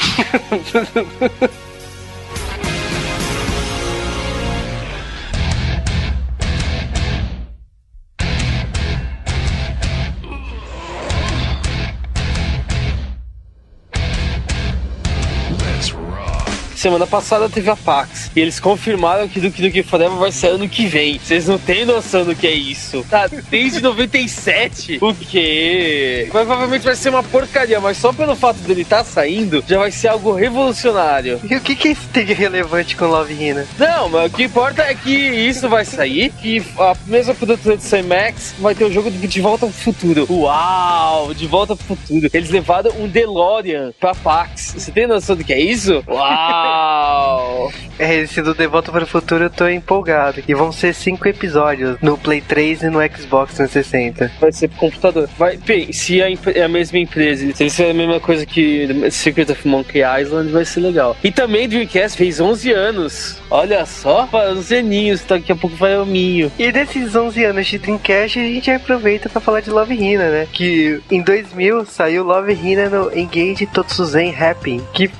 Semana passada teve a PAX e eles confirmaram que Duke Nukem Forever vai ser ano que vem. Vocês não têm noção do que é isso. Tá, desde noventa e sete. O quê? Provavelmente vai ser uma porcaria, mas só pelo fato dele estar tá saindo, já vai ser algo revolucionário. E o que que isso tem de relevante com Love Hina? Não, mas o que importa é que isso vai sair, que a mesma produtora de C Max vai ter o jogo de De Volta ao Futuro. Uau, De Volta ao Futuro. Eles levaram um DeLorean pra PAX. Você tem noção do que é isso? Uau! É, esse do De Volta para o Futuro eu tô empolgado. E vão ser cinco episódios no Play três e no Xbox trezentos e sessenta. Vai ser pro computador. Vai, bem, se a, é a mesma empresa, se isso é a mesma coisa que Secret of Monkey Island, vai ser legal. E também Dreamcast fez onze anos. Olha só, os aninhos, daqui a pouco vai o minho. E desses onze anos de Dreamcast, a gente aproveita pra falar de Love Hina, né? Que em dois mil saiu Love Hina no Engage Totsuzen Happy, que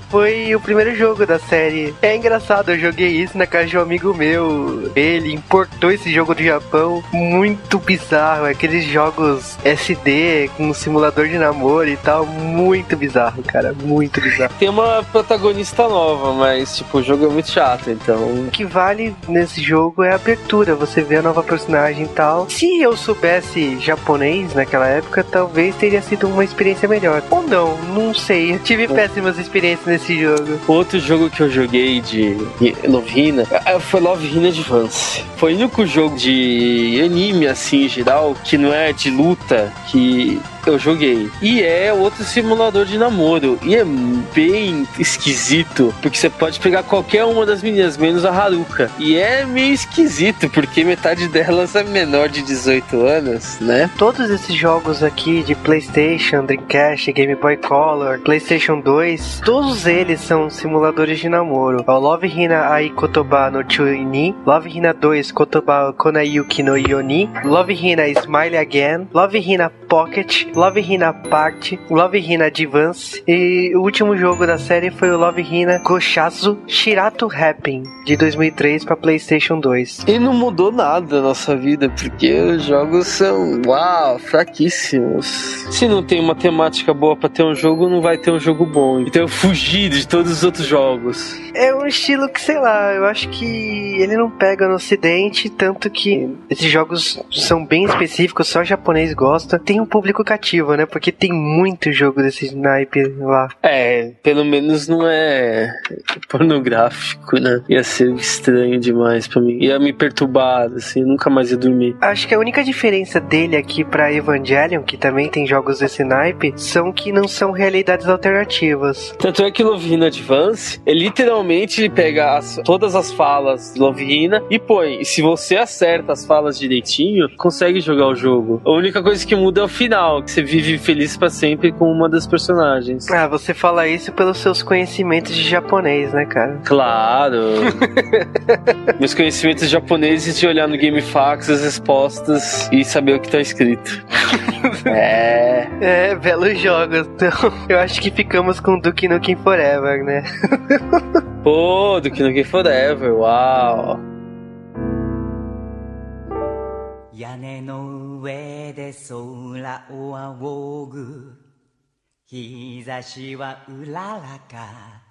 foi o primeiro jogo da série. É engraçado, eu joguei isso na casa de um amigo meu. Ele importou esse jogo do Japão, muito bizarro. Aqueles jogos S D com simulador de namoro e tal, muito bizarro, cara, muito bizarro. Tem uma protagonista nova, mas tipo, o jogo é muito chato, então... O que vale nesse jogo é a abertura, você vê a nova personagem e tal. Se eu soubesse japonês naquela época, talvez teria sido uma experiência melhor. Ou não, não sei. Eu tive péssimas experiências nesse jogo. Outro jogo que eu joguei de Love Hina foi Love Hina Advance. Foi o único jogo de anime, assim, em geral, que não é de luta, que eu joguei. E é outro simulador de namoro. E é bem esquisito, porque você pode pegar qualquer uma das meninas, menos a Haruka. E é meio esquisito, porque metade delas é menor de dezoito anos, né? Todos esses jogos aqui de PlayStation, Dreamcast, Game Boy Color, PlayStation dois, todos eles são simuladores de namoro. O Love Hina Ai Kotoba no Chuini, Love Hina dois Kotoba Konayuki no Yoni, Love Hina Smile Again, Love Hina Pocket, Love Hina Party, Love Hina Advance, e o último jogo da série foi o Love Hina Goshazu Shirato Happen, de dois mil e três para PlayStation dois. E não mudou nada na nossa vida, porque os jogos são, uau, fraquíssimos. Se não tem uma temática boa pra ter um jogo, não vai ter um jogo bom. Então eu fugi de todos os outros jogos. É um estilo que, sei lá, eu acho que ele não pega no ocidente, tanto que esses jogos são bem específicos, só o japonês gosta. Tem um público cativo, né? Porque tem muito jogo desse naipe lá. É, pelo menos não é pornográfico, né? Ia ser estranho demais pra mim. Ia me perturbar, assim, nunca mais ia dormir. Acho que a única diferença dele aqui pra Evangelion, que também tem jogos desse naipe, são que não são realidades alternativas. Tanto é que Love Hina Advance, ele literalmente pega as, todas as falas de Love Hina e põe. E se você acerta as falas direitinho, consegue jogar o jogo. A única coisa que muda é o final, que você vive feliz pra sempre com uma das personagens. Ah, você fala isso pelos seus conhecimentos de japonês, né, cara? Claro. Meus conhecimentos japoneses de olhar no GameFAQs as respostas e saber o que tá escrito. É. É, belos jogos. Então, eu acho que ficamos com Duke Nukem Forever, né? Pô, Duke Nukem Forever, uau. 屋根の上で空を仰ぐ日差しはうららか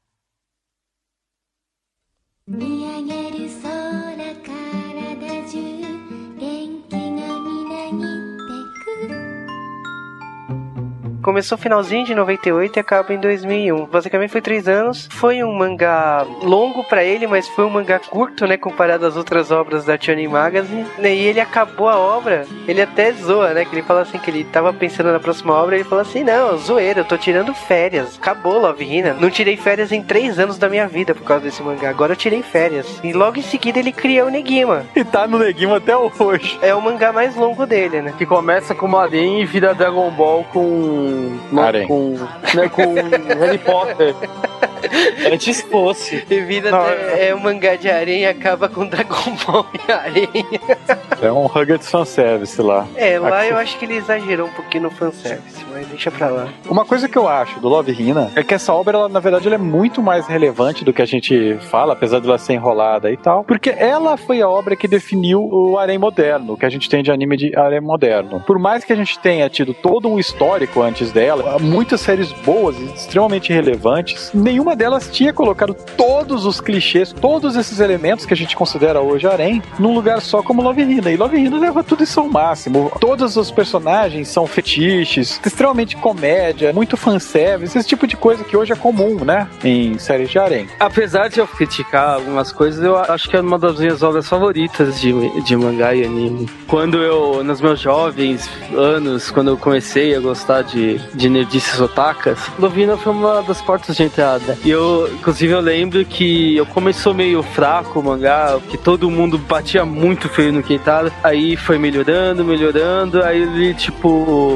見上げる空体中元気がみなぎってく Começou finalzinho de noventa e oito e acaba em dois mil e um. Basicamente foi três anos. Foi um mangá longo pra ele, mas foi um mangá curto, né? Comparado às outras obras da Shonen Magazine. E ele acabou a obra, ele até zoa, né? Que ele fala assim, que ele tava pensando na próxima obra, ele falou assim, não, zoeira, eu tô tirando férias. Acabou Love Hina. Não tirei férias em três anos da minha vida por causa desse mangá. Agora eu tirei férias. E logo em seguida ele cria o Negima. E tá no Negima até hoje. É o mangá mais longo dele, né? Que começa com Marin e vira Dragon Ball com... Não, com, né, com Harry Potter. Antes fosse. E vira Não, até, é um mangá de aranha e acaba com Dragon Ball e aranha. É um Rugged fanservice lá. É, lá eu acho que ele exagerou um pouquinho no fanservice, mas deixa pra lá. Uma coisa que eu acho do Love Hina é que essa obra, ela, na verdade, ela é muito mais relevante do que a gente fala, apesar de ela ser enrolada e tal, porque ela foi a obra que definiu o harém moderno, o que a gente tem de anime de harém moderno. Por mais que a gente tenha tido todo um histórico antes dela, muitas séries boas e extremamente relevantes, nenhuma delas tinha colocado todos os clichês, todos esses elementos que a gente considera hoje harém, num lugar só como Love Hina. E Love Hina leva tudo isso ao máximo. Todos os personagens são fetiches, extremamente comédia, muito fanservice, esse tipo de coisa que hoje é comum, né? Em séries de harém. Apesar de eu criticar algumas coisas, eu acho que é uma das minhas obras favoritas de, de mangá e anime. Quando eu, nos meus jovens anos, quando eu comecei a gostar de, de nerdices otakas, Love Hina foi uma das portas de entrada. E eu, inclusive, eu lembro que eu começou meio fraco o mangá, que todo mundo batia muito feio no Keitaro, aí foi melhorando, melhorando, aí ele, tipo,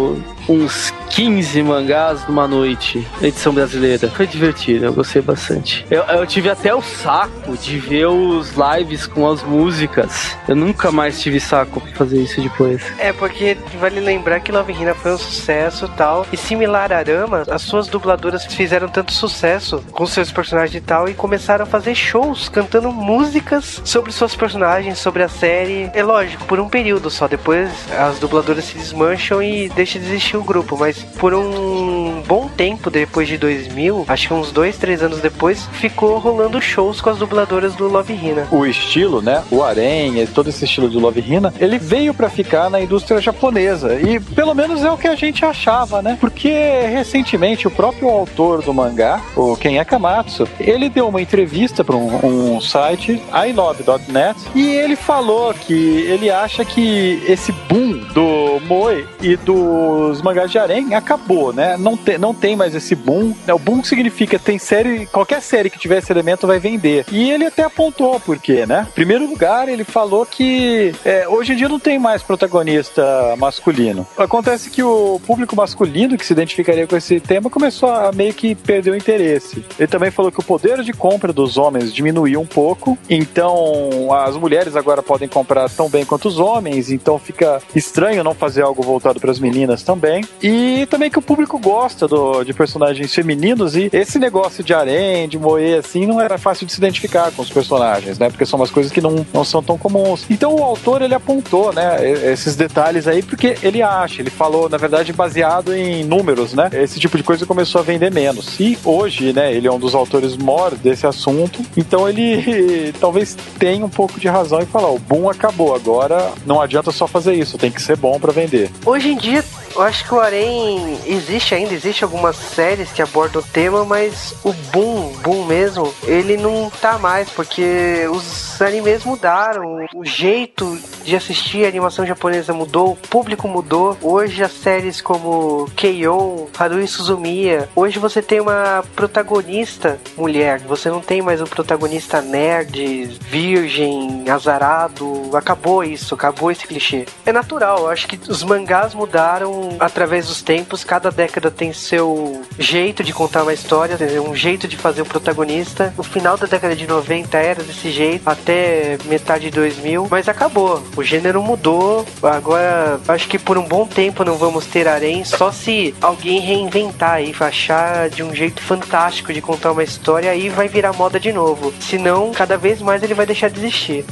uns quinze mangás numa noite, na edição brasileira. Foi divertido, eu gostei bastante. Eu, eu tive até o saco de ver os lives com as músicas. Eu nunca mais tive saco pra fazer isso depois. É, porque vale lembrar que Love Hina foi um sucesso e tal. E similar a Arama, as suas dubladoras fizeram tanto sucesso com seus personagens e tal, e começaram a fazer shows cantando músicas sobre suas personagens, sobre a série. É lógico, por um período só. Depois as dubladoras se desmancham e deixa de existir o grupo. Mas por um bom tempo, depois de dois mil, acho que uns dois, três anos depois, ficou rolando shows com as dubladoras do Love Hina. O estilo, né? O harém, todo esse estilo do Love Hina, ele veio pra ficar na indústria japonesa. E pelo menos é o que a gente achava, né? Porque recentemente o próprio autor do mangá, o Ken Akamatsu, ele deu uma entrevista para um, um site, i love ponto net, e ele falou que ele acha que esse boom do moe e dos mangás de harém acabou, né? Não, te, não tem mais esse boom. O boom significa tem série, qualquer série que tiver esse elemento vai vender. E ele até apontou por quê, né? Em primeiro lugar, ele falou que é, hoje em dia não tem mais protagonista masculino. Acontece que o público masculino que se identificaria com esse tema começou a meio que perder o interesse. Ele também falou que o poder de compra dos homens diminuiu um pouco, então as mulheres agora podem comprar tão bem quanto os homens, então fica estranho não fazer algo voltado para as meninas também. E também que o público gosta do, de personagens femininos, e esse negócio de harém, de moe, assim, não era fácil de se identificar com os personagens, né? Porque são umas coisas que não, não são tão comuns. Então o autor, ele apontou, né, esses detalhes aí, porque ele acha, ele falou, na verdade, baseado em números, né? Esse tipo de coisa começou a vender menos. E hoje, né, ele é um dos autores maiores desse assunto, então ele talvez tenha um pouco de razão em falar, o boom acabou, agora não adianta só fazer isso, tem que ser bom pra vender. Hoje em dia, eu acho que o harém existe ainda, existe algumas séries que abordam o tema, mas o boom, boom mesmo, ele não tá mais, porque os animes mudaram, o jeito de assistir a animação japonesa mudou, o público mudou. Hoje as séries como Keion, Haruhi Suzumiya, hoje você tem uma protagonista mulher, você não tem mais um protagonista nerd, virgem, azarado, acabou isso, acabou esse clichê. É natural, eu acho que os mangás mudaram através dos tempos, cada década tem seu jeito de contar uma história, um jeito de fazer o protagonista. No final da década de noventa era desse jeito, até metade de dois mil, mas acabou, o gênero mudou. Agora, acho que por um bom tempo não vamos ter harém, só se alguém reinventar e achar de um jeito fantástico de contar uma história, aí vai virar moda de novo, senão cada vez mais ele vai deixar de existir.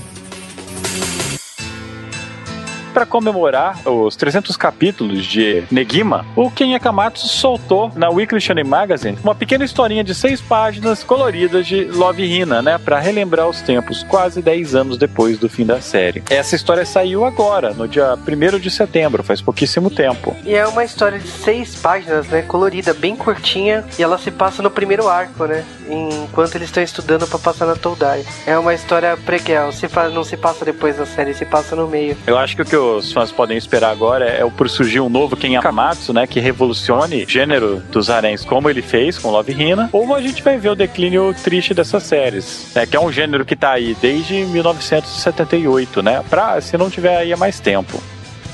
Para comemorar os trezentos capítulos de Negima, o Ken Akamatsu soltou na Weekly Shonen Magazine uma pequena historinha de seis páginas coloridas de Love Hina, né, para relembrar os tempos quase dez anos depois do fim da série. Essa história saiu agora, no dia primeiro de setembro, faz pouquíssimo tempo. E é uma história de seis páginas, né, colorida, bem curtinha, e ela se passa no primeiro arco, né, enquanto eles estão estudando para passar na Todai. É uma história prequel, se fa- não se passa depois da série, se passa no meio. Eu acho que o que os fãs podem esperar agora é o por surgir um novo Ken Akamatsu, né, que revolucione o gênero dos haréns como ele fez com Love Hina, ou a gente vai ver o declínio triste dessas séries, né, que é um gênero que tá aí desde mil novecentos e setenta e oito, né, pra, se não tiver aí há mais tempo.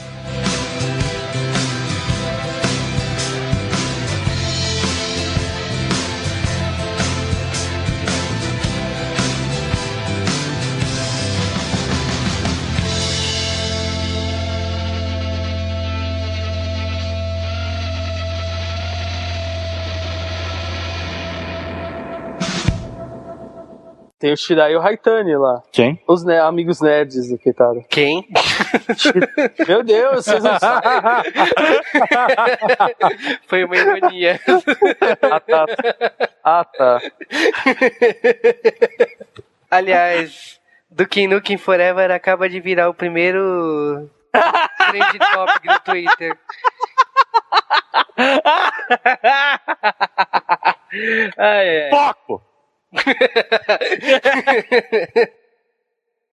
Tem o Shirai e o Haitani lá. Quem? Os ne- amigos nerds do Keitaro. Quem? Meu Deus, vocês não sabem. Foi uma ironia. Ah, tá. Ah, tá. Aliás, Duke Nukem Forever acaba de virar o primeiro trend topic do Twitter. Ai, ai. Foco!